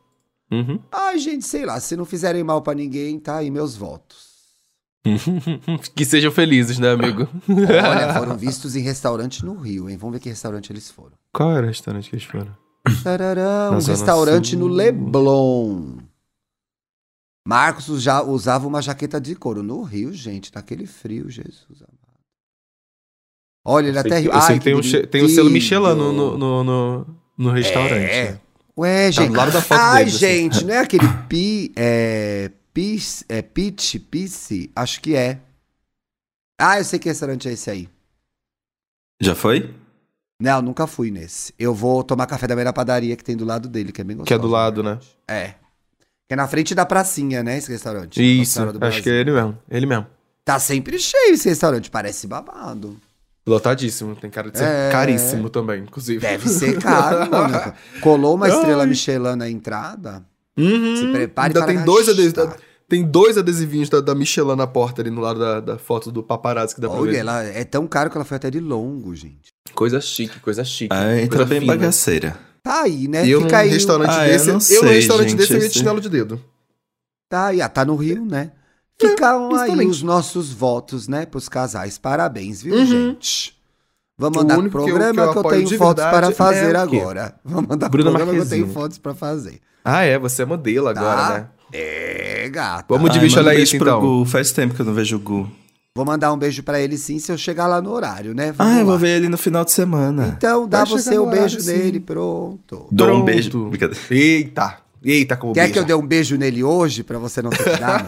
Uhum. Ai, gente, sei lá, se não fizerem mal pra ninguém, tá aí meus votos. Que sejam felizes, né, amigo? Olha, foram vistos em restaurante no Rio, hein? Vamos ver que restaurante eles foram. Qual era o restaurante que eles foram? Tarará, Na um Zona restaurante Sul. no Leblon. Marcos já usava uma jaqueta de couro no Rio, gente, naquele frio, Jesus amado. Olha, ele Eu sei até que- riu. Eu sei Ai, que tem, um, che- tem um selo Michelin no, no, no, no, no restaurante. É. né? Ué, Tá gente. do lado da foto Ai, deles, assim. gente, não é aquele pi, é, pis, é Peach, Pice? Acho que é. Ah, eu sei que restaurante é esse aí. Já foi? Não, nunca fui nesse. Eu vou tomar café da manhã na padaria que tem do lado dele, que é bem gostoso. Que é do lado, né? É. Que é na frente da pracinha, né, esse restaurante. Isso, Nossa Senhora do acho que é Brasil. ele mesmo. Ele mesmo. Tá sempre cheio esse restaurante, parece babado. Lotadíssimo, tem cara de ser É. caríssimo também, inclusive. Deve ser caro, Mônica. Colou uma estrela Ai. Michelin na entrada. Uhum. Se prepare Ainda para tem dois, gastar. adesivos, tem dois adesivinhos da, da Michelin na porta ali no lado da, da foto do paparazzi que dá pra Olha, ver. ela é tão caro que ela foi até de longo, gente. Coisa chique, coisa chique. Ah, entra coisa bem fina. bagaceira. Tá aí, né? E eu Fica num aí. restaurante Ah, eu desse, não eu, sei, num restaurante gente, desse eu ia de esse- chinelo de dedo. Tá aí, ah, tá no Rio, né? Ficam aí exatamente. os nossos votos, né, pros casais. Parabéns, viu, Uhum. gente? Vamos O mandar pro único que eu- programa que eu que eu, apoio tenho de fotos verdade para fazer é o quê? agora. Vamos mandar pro Bruna programa que eu tenho Marquezine. fotos pra fazer. Ah, é, você é modelo agora, Tá? né? É, gata. Vamos de Ai, bicho manda um olha beijo isso, pro então. Gu. Faz tempo que eu não vejo o Gu. Vou mandar um beijo pra ele sim, se eu chegar lá no horário, né? Vamos Ah, eu lá. vou ver ele no final de semana. Então, dá Vai você chegar o no beijo horário, sim. nele, pronto. Dou um Pronto. beijo. Brincadeira. Eita, eita como Quer beija. que eu dê um beijo nele hoje, pra você não ter que dar?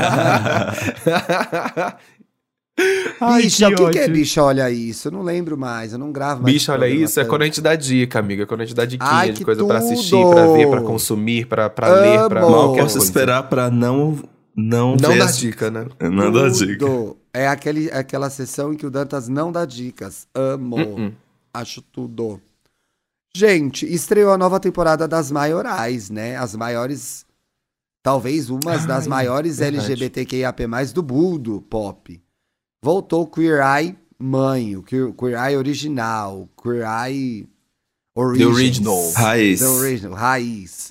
Ai, Bicha, o que, que é ótimo. bicha? Olha isso, eu não lembro mais, eu não gravo mais. Bicho, olha programa isso, é tanto. quando a gente dá dica, amiga. Quando a gente dá diquinha Ai, de que coisa pra tudo! assistir, pra ver, pra consumir, pra, pra ler, pra Amo! Mal qualquer posso coisa. esperar pra não, não, Não ver dar as- dica, né? Não dar dica. Tudo. É aquele, aquela sessão em que o Dantas não dá dicas. Amo. Uh-uh. Acho tudo. Gente, estreou a nova temporada das maiorais, né? As maiores. Talvez umas das Ai, maiores verdade. L G B T Q I A P mais, do mundo pop. Voltou Queer Eye mãe, o Queer, Queer Eye original, Queer Eye Origins. original. Raiz. The original, raiz.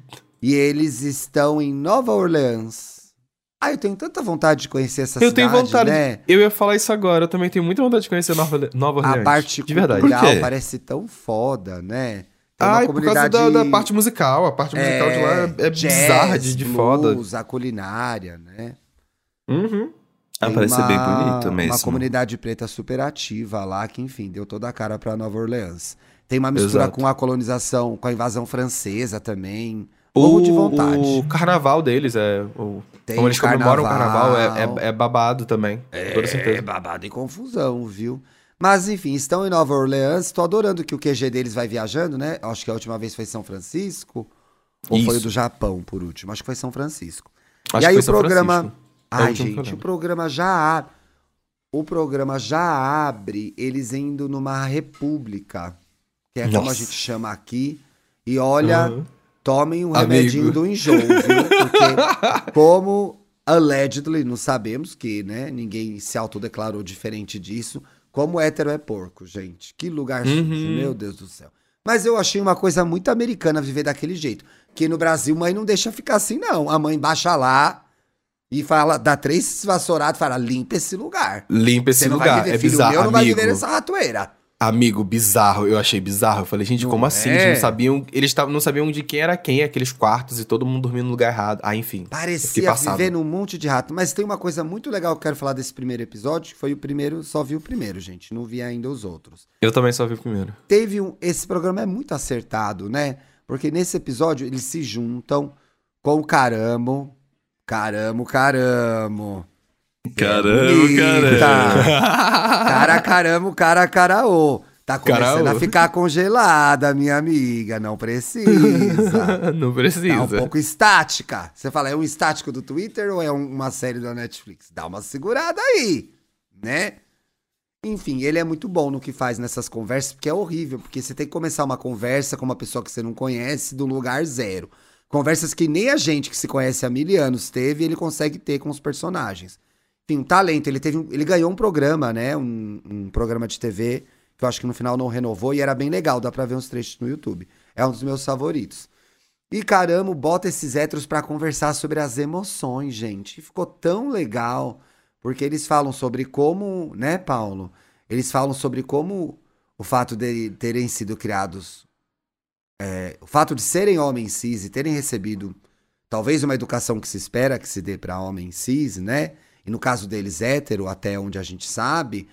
E eles estão em Nova Orleans. Ah, eu tenho tanta vontade de conhecer essa Eu cidade, tenho vontade. né? de- Eu ia falar isso agora. Eu também tenho muita vontade de conhecer Nova, Nova A Orleans. parte de verdade. Por cultural quê? parece tão foda, né? Tem uma Ai, por causa da, da parte musical. A parte musical de lá é, é jazz, bizarra de, de foda. blues, a culinária, né? Uhum. Ah, Tem parece ser bem uma- bonito mesmo. Uma comunidade preta super ativa lá, que, enfim, deu toda a cara pra Nova Orleans. Tem uma mistura Exato. com a colonização, com a invasão francesa também. Morro de vontade. O carnaval deles é. O, Tem como eles o comemoram o carnaval carnaval. é, é, é babado também. Com toda É certeza. babado e confusão, viu? Mas, enfim, estão em Nova Orleans. Tô adorando que o Q G deles vai viajando, né? Acho que a última vez foi São Francisco. Ou foi o Isso. do Japão, por último. Acho que foi São Francisco. Acho e aí que o foi São programa... Francisco. É o Ai, último que eu gente, o lembro. programa já abre. O programa já abre eles indo numa república, que é como a Nossa. gente chama aqui. E olha, Uhum. tomem um Amigo. remedinho do enjoo, viu? Porque como allegedly, não sabemos que, né, ninguém se autodeclarou diferente disso, como hétero é porco, gente. Que lugar sujo, Uhum. meu Deus do céu. Mas eu achei uma coisa muito americana viver daquele jeito. Que no Brasil, mãe não deixa ficar assim, não. A mãe baixa lá e fala, dá três vassouradas e fala, limpa esse lugar. Limpa esse Você não vai lugar. viver, É filho bizarro. meu não vai amigo, viver nessa ratoeira. amigo, bizarro. Eu achei bizarro. Eu falei, gente, Não como assim? é? Eles não sabiam. Eles tavam, não sabiam de quem era quem, aqueles quartos, e todo mundo dormindo no lugar errado. Ah, enfim. eu fiquei Parecia passado. viver num monte de rato. Mas tem uma coisa muito legal que eu quero falar desse primeiro episódio, que foi o primeiro, só vi o primeiro, gente. Não vi ainda os outros. Eu também só vi o primeiro. Teve um. Esse programa é muito acertado, né? Porque nesse episódio eles se juntam com o Caramo. Caramo, Caramo. Caramba, Bonita. caramba. Cara, caramo, cara, caraô. Tá começando Caraô. a ficar congelada, minha amiga. Não precisa. Não precisa. Tá um pouco estática. Você fala, é um estático do Twitter ou é um- uma série da Netflix? Dá uma segurada aí, né? Enfim, ele é muito bom no que faz nessas conversas, porque é horrível, porque você tem que começar uma conversa com uma pessoa que você não conhece do lugar zero. Conversas que nem a gente que se conhece há mil anos teve, ele consegue ter com os personagens. Enfim, um talento. Ele, teve um- ele ganhou um programa, né? Um, um programa de T V, que eu acho que no final não renovou, e era bem legal, dá pra ver uns trechos no YouTube. É um dos meus favoritos. E caramba, bota esses héteros pra conversar sobre as emoções, gente. E ficou tão legal, porque eles falam sobre como, né, Paulo? Eles falam sobre como o fato de terem sido criados, é, o fato de serem homens cis e terem recebido talvez uma educação que se espera que se dê pra homens cis, né? E no caso deles hétero, até onde a gente sabe,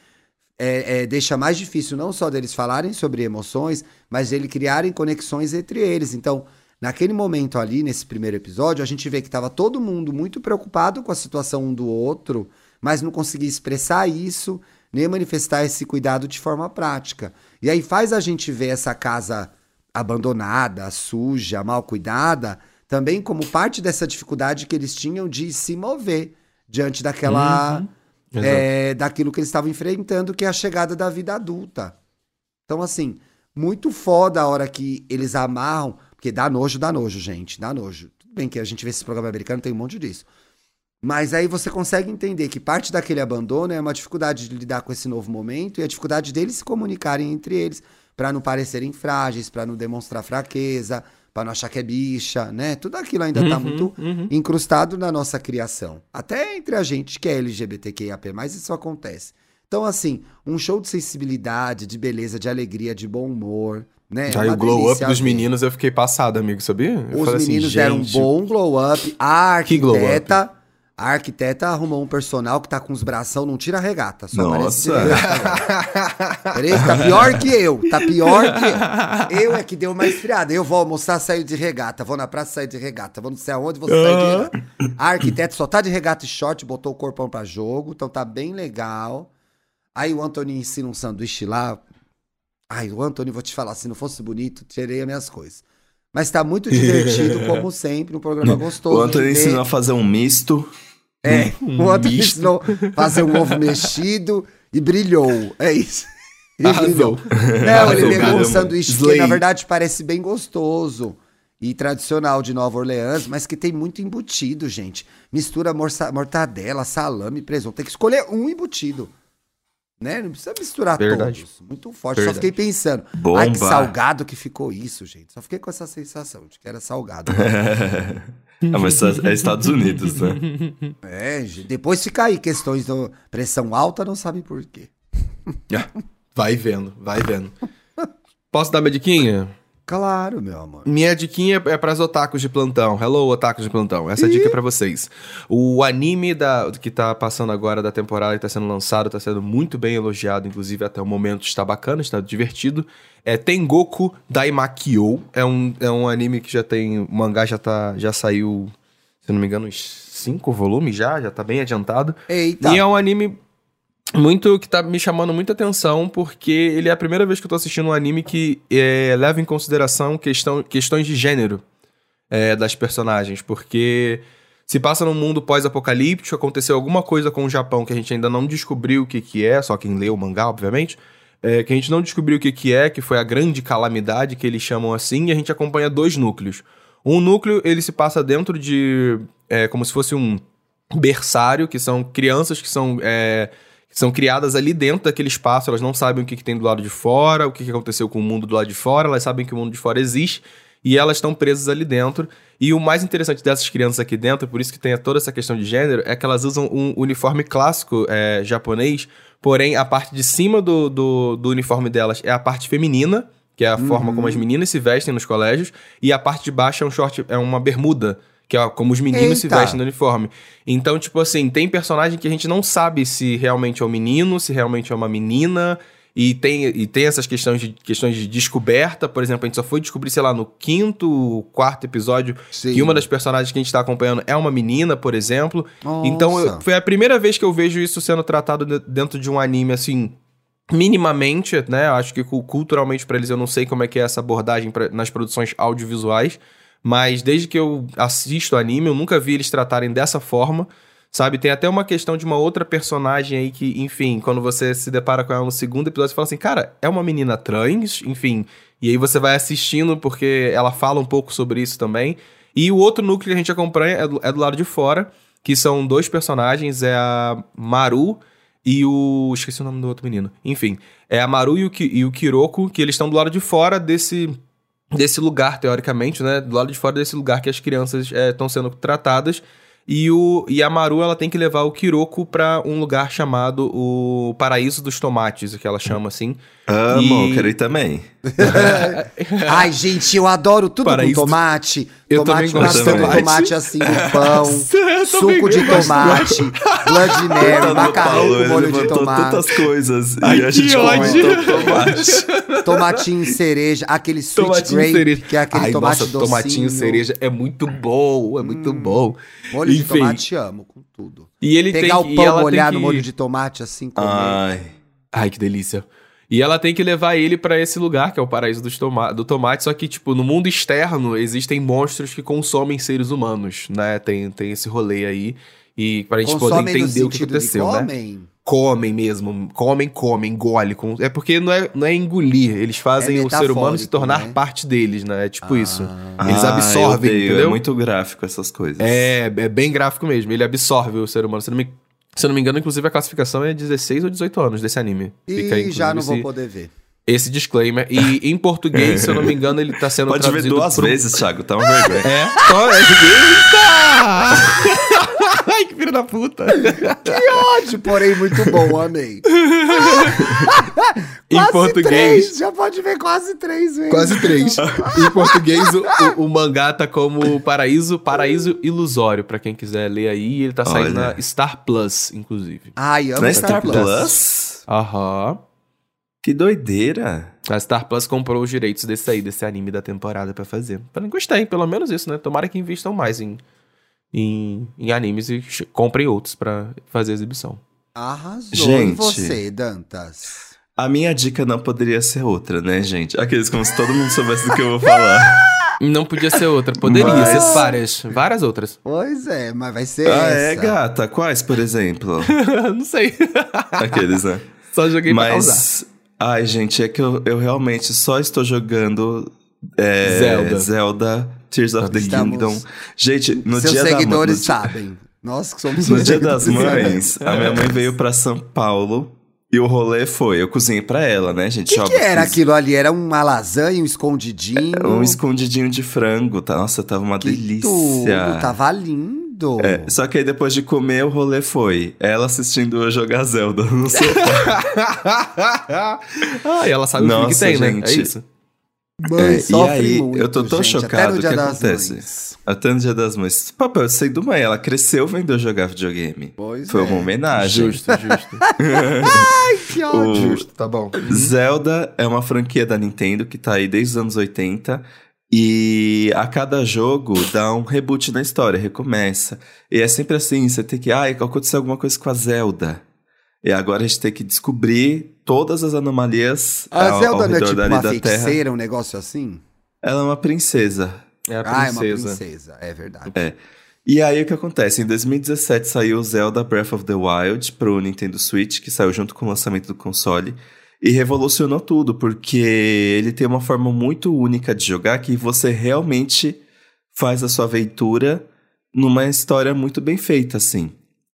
é, é, deixa mais difícil não só deles falarem sobre emoções, mas de eles criarem conexões entre eles. Então, naquele momento ali, nesse primeiro episódio, a gente vê que estava todo mundo muito preocupado com a situação um do outro, mas não conseguia expressar isso, nem manifestar esse cuidado de forma prática. E aí faz a gente ver essa casa abandonada, suja, mal cuidada, também como parte dessa dificuldade que eles tinham de se mover diante daquela, Uhum. é, daquilo que eles estavam enfrentando, que é a chegada da vida adulta. Então, assim, muito foda a hora que eles amarram, porque dá nojo, dá nojo, gente, dá nojo. Tudo bem que a gente vê esse programa americano, tem um monte disso. Mas aí você consegue entender que parte daquele abandono é uma dificuldade de lidar com esse novo momento e a dificuldade deles se comunicarem entre eles para não parecerem frágeis, para não demonstrar fraqueza, para não achar que é bicha, né? Tudo aquilo ainda tá Uhum, muito uhum. incrustado na nossa criação. Até entre a gente que é L G B T Q I A P mais, isso acontece. Então, assim, um show de sensibilidade, de beleza, de alegria, de bom humor, né? Aí Uma o glow up delícia dos ver. meninos eu fiquei passado, amigo, sabia? Eu Os falei meninos assim, deram um gente, bom glow up. A Que glow up? arquiteta, a arquiteta arrumou um personal que tá com os bração, não tira a regata. Só aparece de Nossa. regata agora. Peraí, tá pior que eu. Tá pior que eu. Eu é que deu uma esfriada. Eu vou almoçar, saio de regata. Vou na praça, saio de regata. Vou não sei aonde, vou sair de regata. A arquiteta só tá de regata e short, botou o corpão pra jogo. Então tá bem legal. Aí o Anthony ensina um sanduíche lá. Ai, o Anthony, vou te falar, se não fosse bonito, tirei as minhas coisas. Mas tá muito divertido, como sempre, um programa gostoso. O Antônio de ver. ensinou a fazer um misto. É, Um o Anthony misto. ensinou a fazer um ovo mexido e brilhou. É isso. E Arrasou. brilhou. Não, ele Arrasou, pegou um caramba. sanduíche que, Slay. na verdade, parece bem gostoso e tradicional de Nova Orleans, mas que tem muito embutido, gente. Mistura morça- mortadela, salame, presunto. Tem que escolher um embutido. Né? Não precisa misturar Verdade. todos. Muito forte. Verdade. Só fiquei pensando. Bomba. Ai, que salgado que ficou isso, gente. Só fiquei com essa sensação de que era salgado. Ah, mas é Estados Unidos, né? É, gente. Depois fica aí questões de pressão alta, não sabe por quê. vai vendo, vai vendo. Posso dar minha diquinha? Claro, meu amor. Minha diquinha é para os otakus de plantão. Hello, otakus de plantão. Essa dica é pra vocês. O anime da, que tá passando agora da temporada, que tá sendo lançado, tá sendo muito bem elogiado, inclusive até o momento está bacana, está divertido. É Tengoku Daimakyo. É um, é um anime que já tem... O mangá já, tá, já saiu, se não me engano, uns cinco volumes já, já tá bem adiantado. Eita. E é um anime muito que tá me chamando muita atenção, porque ele é a primeira vez que eu tô assistindo um anime que é, leva em consideração questão, questões de gênero é, das personagens, porque se passa num mundo pós-apocalíptico, aconteceu alguma coisa com o Japão que a gente ainda não descobriu o que que é, só quem lê o mangá, obviamente, é, que a gente não descobriu o que que é, que foi a grande calamidade, que eles chamam assim, e a gente acompanha dois núcleos. Um núcleo, ele se passa dentro de... É, como se fosse um berçário, que são crianças que são... É, são criadas ali dentro daquele espaço, elas não sabem o que, que tem do lado de fora, o que, que aconteceu com o mundo do lado de fora, elas sabem que o mundo de fora existe e elas estão presas ali dentro. E o mais interessante dessas crianças aqui dentro, por isso que tem toda essa questão de gênero, é que elas usam um uniforme clássico é, japonês, porém a parte de cima do, do, do uniforme delas é a parte feminina, que é a uhum. forma como as meninas se vestem nos colégios, e a parte de baixo é um short, é uma bermuda, que é como os meninos Eita. se vestem no uniforme. Então, tipo assim, tem personagem que a gente não sabe se realmente é um menino, se realmente é uma menina, e tem, e tem essas questões de, questões de descoberta. Por exemplo, a gente só foi descobrir, sei lá, no quinto, quarto episódio, Sim. que uma das personagens que a gente tá acompanhando é uma menina, por exemplo. Nossa. Então, eu, foi a primeira vez que eu vejo isso sendo tratado de, dentro de um anime, assim, minimamente, né? Eu acho que culturalmente pra eles eu não sei como é que é essa abordagem pra, nas produções audiovisuais. Mas desde que eu assisto anime, eu nunca vi eles tratarem dessa forma, sabe? Tem até uma questão de uma outra personagem aí que, enfim, quando você se depara com ela no segundo episódio, você fala assim, cara, é uma menina trans, enfim. E aí você vai assistindo porque ela fala um pouco sobre isso também. E o outro núcleo que a gente acompanha é do, é do lado de fora, que são dois personagens, é a Maru e o... esqueci o nome do outro menino. Enfim, é a Maru e o, Ki, e o Kiroko, que eles estão do lado de fora desse... desse lugar, teoricamente, né? Do lado de fora desse lugar que as crianças estão é, sendo tratadas. E, o, e a Maru, ela tem que levar o Kiroko pra um lugar chamado o Paraíso dos Tomates, que ela chama assim. Amo, e... quero ir também. Ai, gente, eu adoro tudo Paraíso com tomate. Eu tomate também gosto com também. tomate assim no pão. Suco de gosto. tomate. Blood Mary, Coitado do macarrão Paulo, com ele molho de levantou tomate. tantas coisas. Ai, e a que gente ódio. comentou tomate. Tomatinho cereja, aquele sweet Tomatinho grape, cereja. que é aquele Ai, tomate nossa, docinho. tomatinho cereja é muito bom, é muito bom. Molho de Enfim. tomate amo com tudo. E ele Pegar tem, o e pão, ela molhar tem no que... molho de tomate assim, comer. Ai. Ai, que delícia. E ela tem que levar ele pra esse lugar, que é o paraíso dos toma do tomate, só que, tipo, no mundo externo existem monstros que consomem seres humanos, né? Tem, tem esse rolê aí. E pra gente Consomem poder no entender o que sentido de aconteceu, né? comem? Comem mesmo, comem, comem, engole. Com... É porque não é, não é engolir, eles fazem É o ser humano se metafórico, tornar né? parte deles, né? É tipo Ah. isso. Eles Ah, absorvem, eu odeio, entendeu? É muito gráfico essas coisas. É, é bem gráfico mesmo. Ele absorve o ser humano. Se eu não me, se eu não me engano, inclusive, a classificação é dezesseis ou dezoito anos desse anime. Fica aí, E já não inclusive, vou poder ver. esse, esse disclaimer. E em português, se eu não me engano, ele tá sendo Pode ver traduzido duas pro... vezes, Thiago, tá uma vergonha. É, só é. Eita! Ai, que filho da puta! Que ódio, porém muito bom, amei. Em Quase português... três, já pode ver quase três vezes. Quase três. Em português, o, o, o mangá tá como Paraíso, Paraíso Ilusório, pra quem quiser ler aí. Ele tá saindo Olha. na Star Plus, inclusive. Ai, amo Na Star, Star Plus. Plus? Aham. Que doideira. A Star Plus comprou os direitos desse aí, desse anime da temporada pra fazer. Eu gostei, pelo menos isso, né? Tomara que investam mais em, em, em animes e ch- comprem outros pra fazer exibição. Arrasou. Gente. E você, Dantas? A minha dica não poderia ser outra, né, gente? Aqueles como se todo mundo soubesse do que eu vou falar. Não podia ser outra, poderia Mas- ser várias, várias outras. Pois é, mas vai ser Ah, essa. é, gata? Quais, por exemplo? Não sei. Aqueles, né? Só joguei pra causar. Mas, ai, gente, é que eu, eu realmente só estou jogando é, Zelda. Zelda Tears of the Estamos- Kingdom. Gente, no Seus dia seguidores da... no- sabem. Nós que somos No os dia das seguidores mães, a minha mãe veio pra São Paulo e o rolê foi, eu cozinhei pra ela, né, gente? O que, Óbvio, que era fiz aquilo ali? Era uma lasanha, um escondidinho? Um escondidinho de frango, tá? Nossa, tava uma Que delícia. tudo, tava lindo. É, só que aí depois de comer, o rolê foi ela assistindo eu jogar Zelda no sofá. Ah, e ela sabe o filho que Nossa, tem, né? gente. É isso. Mãe É, e sofre aí, muito, eu tô tão gente, chocado, até no o Dia que das acontece? Mães. Até no Dia das Mães. Papai, eu sei do mãe, ela cresceu vendo eu jogar videogame. Pois Foi é. uma homenagem. Justo, justo. Que ódio. O Justo, tá bom. Zelda é uma franquia da Nintendo que tá aí desde os anos oitenta. E a cada jogo dá um reboot na história, recomeça. E é sempre assim, você tem que... Ah, aconteceu alguma coisa com a Zelda. E agora a gente tem que descobrir todas as anomalias A ao, Zelda ao não é redor tipo dali uma da Terra. feiticeira, um negócio assim? Ela é uma princesa. É a Ah, é uma princesa. princesa, é verdade. É. E aí o que acontece? Em dois mil e dezessete saiu o Zelda Breath of the Wild pro Nintendo Switch, que saiu junto com o lançamento do console. E revolucionou tudo, porque ele tem uma forma muito única de jogar que você realmente faz a sua aventura numa história muito bem feita, assim.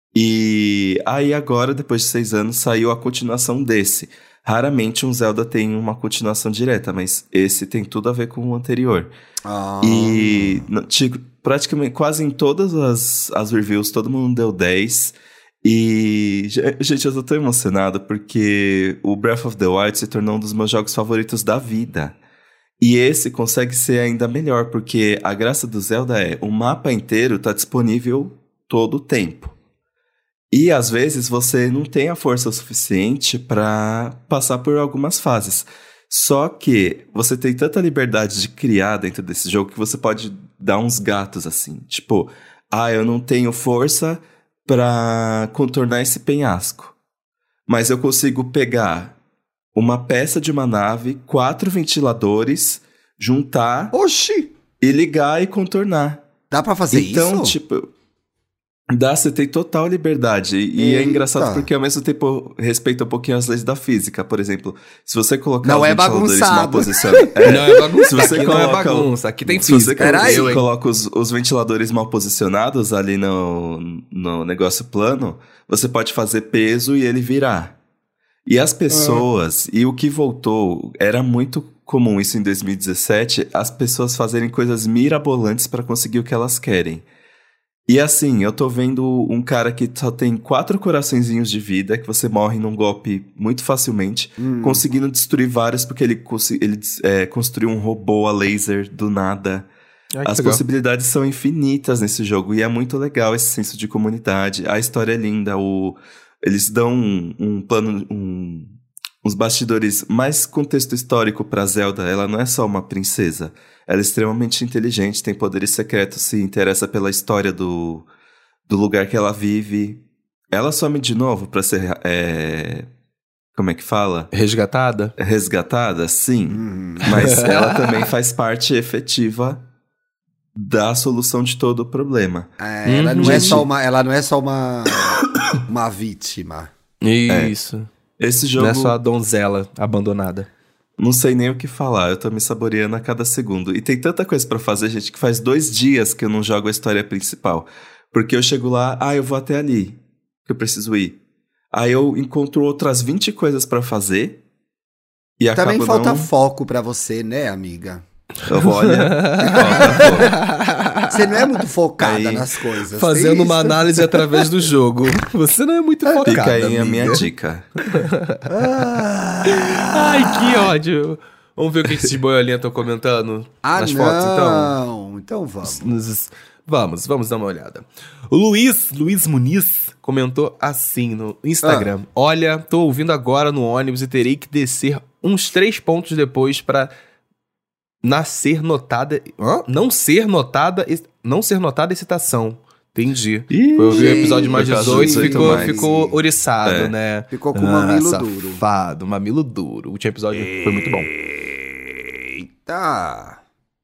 E aí agora, depois de seis anos, saiu a continuação desse. Raramente um Zelda tem uma continuação direta, mas esse tem tudo a ver com o anterior. Ah. E no- tipo, praticamente quase em todas as, as reviews todo mundo deu dez. E, ge- gente, eu tô tão emocionado porque o Breath of the Wild se tornou um dos meus jogos favoritos da vida. E esse consegue ser ainda melhor, porque a graça do Zelda é o mapa inteiro tá disponível todo o tempo. E às vezes você não tem a força o suficiente pra passar por algumas fases. Só que você tem tanta liberdade de criar dentro desse jogo que você pode dar uns gatos assim. Tipo, ah, eu não tenho força pra contornar esse penhasco. Mas eu consigo pegar uma peça de uma nave, quatro ventiladores, juntar Oxi! e ligar e contornar. Dá pra fazer Então, isso? tipo, dá, você tem total liberdade. E é Eita. engraçado porque ao mesmo tempo respeita um pouquinho as leis da física. Por exemplo, se você colocar Não os é ventiladores bagunçado. mal posicionados... É, Não é bagunça, se você aqui não é coloca o- bagunça. Aqui tem se você física. coloca, Peraí. Eu, hein? coloca os, os ventiladores mal posicionados ali no, no negócio plano, você pode fazer peso e ele virar. E as pessoas, e o que voltou, era muito comum isso em dois mil e dezessete, as pessoas fazerem coisas mirabolantes pra conseguir o que elas querem. E assim, eu tô vendo um cara que só tem quatro coraçõezinhos de vida, que você morre num golpe muito facilmente, Hum. conseguindo destruir vários porque ele, consi- ele é, construiu um robô a laser do nada. Ai, que As legal. possibilidades são infinitas nesse jogo e é muito legal esse senso de comunidade. A história é linda, o... eles dão um, um plano, um... uns bastidores mais contexto histórico pra Zelda. Ela não é só uma princesa. Ela é extremamente inteligente, tem poderes secretos, se interessa pela história do, do lugar que ela vive. Ela some de novo pra ser... É... Como é que fala? Resgatada? Resgatada, sim. Hum. Mas ela também faz parte efetiva da solução de todo o problema. É, ela, Uhum. não é Gente. só uma, ela não é só uma, uma vítima. Isso. Esse jogo, Não é só a donzela abandonada. não sei nem o que falar, eu tô me saboreando a cada segundo. E tem tanta coisa pra fazer, gente, que faz dois dias que eu não jogo a história principal. Porque eu chego lá, ah, eu vou até ali, que eu preciso ir. Aí eu encontro outras vinte coisas pra fazer. E Também acabo falta não... foco pra você, né, amiga? Eu vou, olha, falta Você não é muito focada Aí, nas coisas. Fazendo tem uma isso? análise através do jogo. Você não é muito foco. focada, Fica aí a amiga. minha dica. Ai, que ódio. Vamos ver o que esses boiolinhas estão comentando Ah, nas não. fotos, então? Então, então vamos. Nos- Vamos, vamos dar uma olhada. O Luiz, Luiz Muniz, comentou assim no Instagram. Ah. Olha, tô ouvindo agora no ônibus e terei que descer uns três pontos depois pra nascer notada... Hã? Não ser notada... Não ser notada excitação. Entendi. Ih, Foi ouvir o gente, episódio mais por causa do dezoito e dezoito ficou, mais. ficou oriçado, É. né? Ficou com o mamilo ah, duro. Safado, mamilo duro. O último episódio foi muito bom. Eita.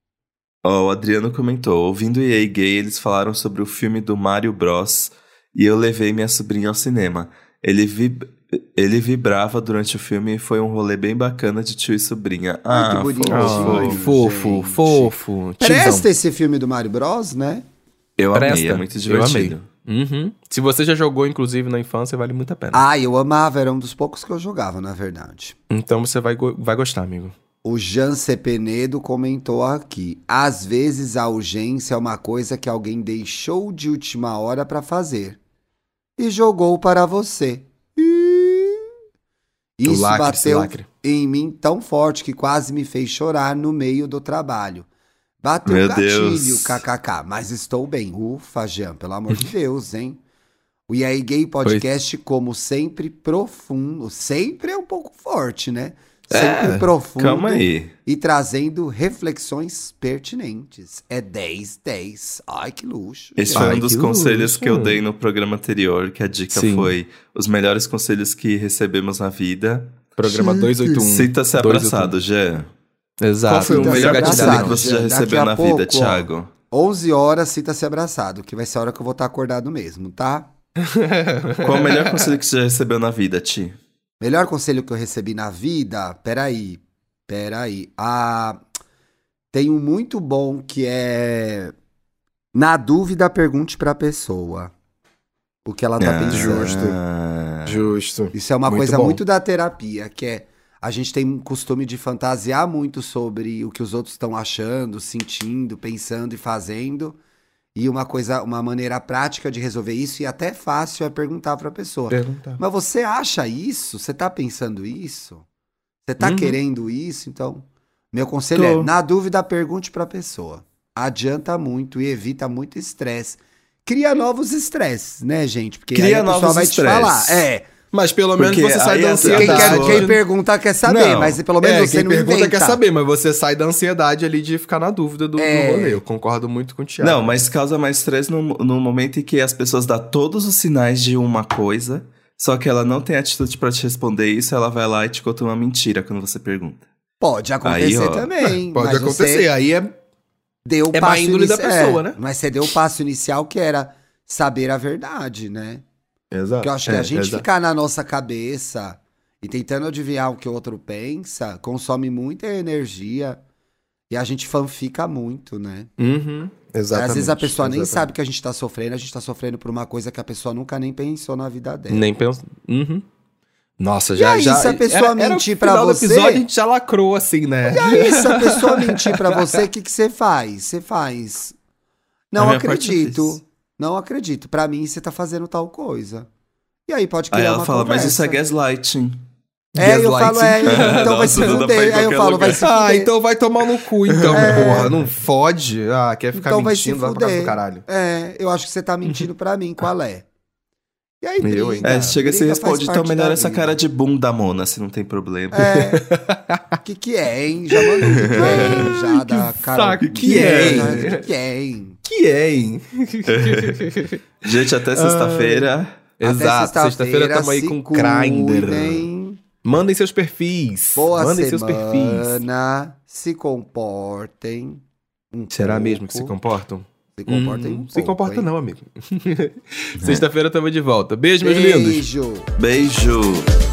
Ó, o Adriano comentou, ouvindo o E A Gay, eles falaram sobre o filme do Mario Bros. E eu levei minha sobrinha ao cinema. Ele, vib... Ele vibrava durante o filme e foi um rolê bem bacana de tio e sobrinha. Ai, Ah, que bonitinho. fofo. Ah, fofo, gente. fofo. Presta Tiozão. esse filme do Mario Bros, né? Eu amei, Presta. é muito Eu divertido. amei. Uhum. Se você já jogou, inclusive, na infância, vale muito a pena. Ah, eu amava, era um dos poucos que eu jogava, na verdade. Então você vai, go- vai gostar, amigo. O Jan C. Penedo comentou aqui. Às vezes a urgência é uma coisa que alguém deixou de última hora pra fazer. E jogou para você. Ih. O Isso lacre, esse bateu lacre. em mim tão forte que quase me fez chorar no meio do trabalho. Bateu Meu gatilho, Deus. kkk. Mas estou bem. Ufa, Jean, pelo amor de Deus, hein? O E A Gay Podcast, como sempre, profundo. Sempre é um pouco forte, né? Sempre É, profundo. Calma aí. E trazendo reflexões pertinentes. É dez, dez. Ai, que luxo. Esse Ai, foi um dos que conselhos luxo. que eu dei no programa anterior, que a dica Sim. foi os melhores conselhos que recebemos na vida. Programa Gente. duzentos e oitenta e um. Sinta-se abraçado, Jean. Exato. Qual foi o Sinta-se melhor abraçado, conselho que você já Jean. recebeu Daqui a na pouco, vida, ó. Thiago? onze horas, sinta-se abraçado, que vai ser a hora que eu vou estar acordado mesmo, tá? Qual o melhor conselho que você já recebeu na vida, Ti? Melhor conselho que eu recebi na vida? Peraí, peraí. Ah, tem um muito bom que é... Na dúvida, pergunte pra pessoa o que ela tá Ah, pensando. Justo. Isso é uma Muito coisa bom. muito da terapia, que é... A gente tem um costume de fantasiar muito sobre o que os outros estão achando, sentindo, pensando e fazendo. E uma coisa, uma maneira prática de resolver isso, e até fácil, é perguntar pra pessoa. Perguntar. Mas você acha isso? Você tá pensando isso? Você tá Uhum. querendo isso? Então, meu conselho é, Tô. na dúvida, pergunte pra pessoa. Adianta muito e evita muito estresse. Cria novos estresses, né, gente? Porque Cria aí a pessoa novos vai te estresses. falar. É, Mas pelo menos Porque você sai aí da a- ansiedade. quem, quer, pessoa- quem pergunta quer saber, Não. mas pelo menos É, você quem não pergunta inventa. quer saber, mas você sai da ansiedade ali de ficar na dúvida do, do É. rolê. Eu concordo muito com o Thiago. Não, mas causa mais estresse no, no momento em que as pessoas dão todos os sinais de uma coisa, só que ela não tem atitude pra te responder isso, ela vai lá e te conta uma mentira quando você pergunta. Pode acontecer Aí, ó. também. Pode mas acontecer. Você Aí é. deu o É má passo índole da inici- pessoa, é, né? Mas você deu o passo inicial que era saber a verdade, né? Exato. Porque eu acho que É, a gente exato. ficar na nossa cabeça e tentando adivinhar o que o outro pensa, consome muita energia e a gente fanfica muito, né? Uhum. Exatamente. Às vezes a pessoa nem exatamente. sabe que a gente tá sofrendo, a gente tá sofrendo por uma coisa que a pessoa nunca nem pensou na vida dela. Nem penso. Uhum. Nossa, E já, aí, já... se a pessoa era, mentir era pra no final você- do episódio a gente já lacrou, assim, né? E aí, se a pessoa mentir pra você, o que que você faz? Você faz. A Não minha parte eu acredito. fiz. Não acredito. Pra mim, você tá fazendo tal coisa. E aí pode criar Aí ela uma fala, conversa. mas isso é gaslighting. É, eu Gaslighting. falo, é, então vai se Nossa, dá pra ir fuder. em Aí eu qualquer falo, lugar. vai se Ah, fuder. então vai tomar no cu, então, É. porra. Não fode. Ah, quer ficar Então vai se mentindo, vai pra casa do fuder. caralho. É, eu acho que você tá mentindo pra mim, qual é? E aí, Eu, briga, hein? É, chega e se briga faz responde, então parte melhor da essa vida. cara de bunda, Mona, se não tem problema. É. Que que é, hein? Já mandou o que que é, hein? Já da Carol. saco, que é, Já, hein? que que é, hein? Que é, hein? Gente, até sexta-feira. Exato, Até sexta-feira tamo aí se com Grindr. cuidem. Mandem seus perfis. Boa Mandem seus perfis. semana. Se comportem. Um Será pouco. mesmo que se comportam? Se comportem Hum, um Se pouco, comporta hein? não, amigo. Sexta-feira tamo de volta. Beijo, meus lindos. Beijo. Beijo.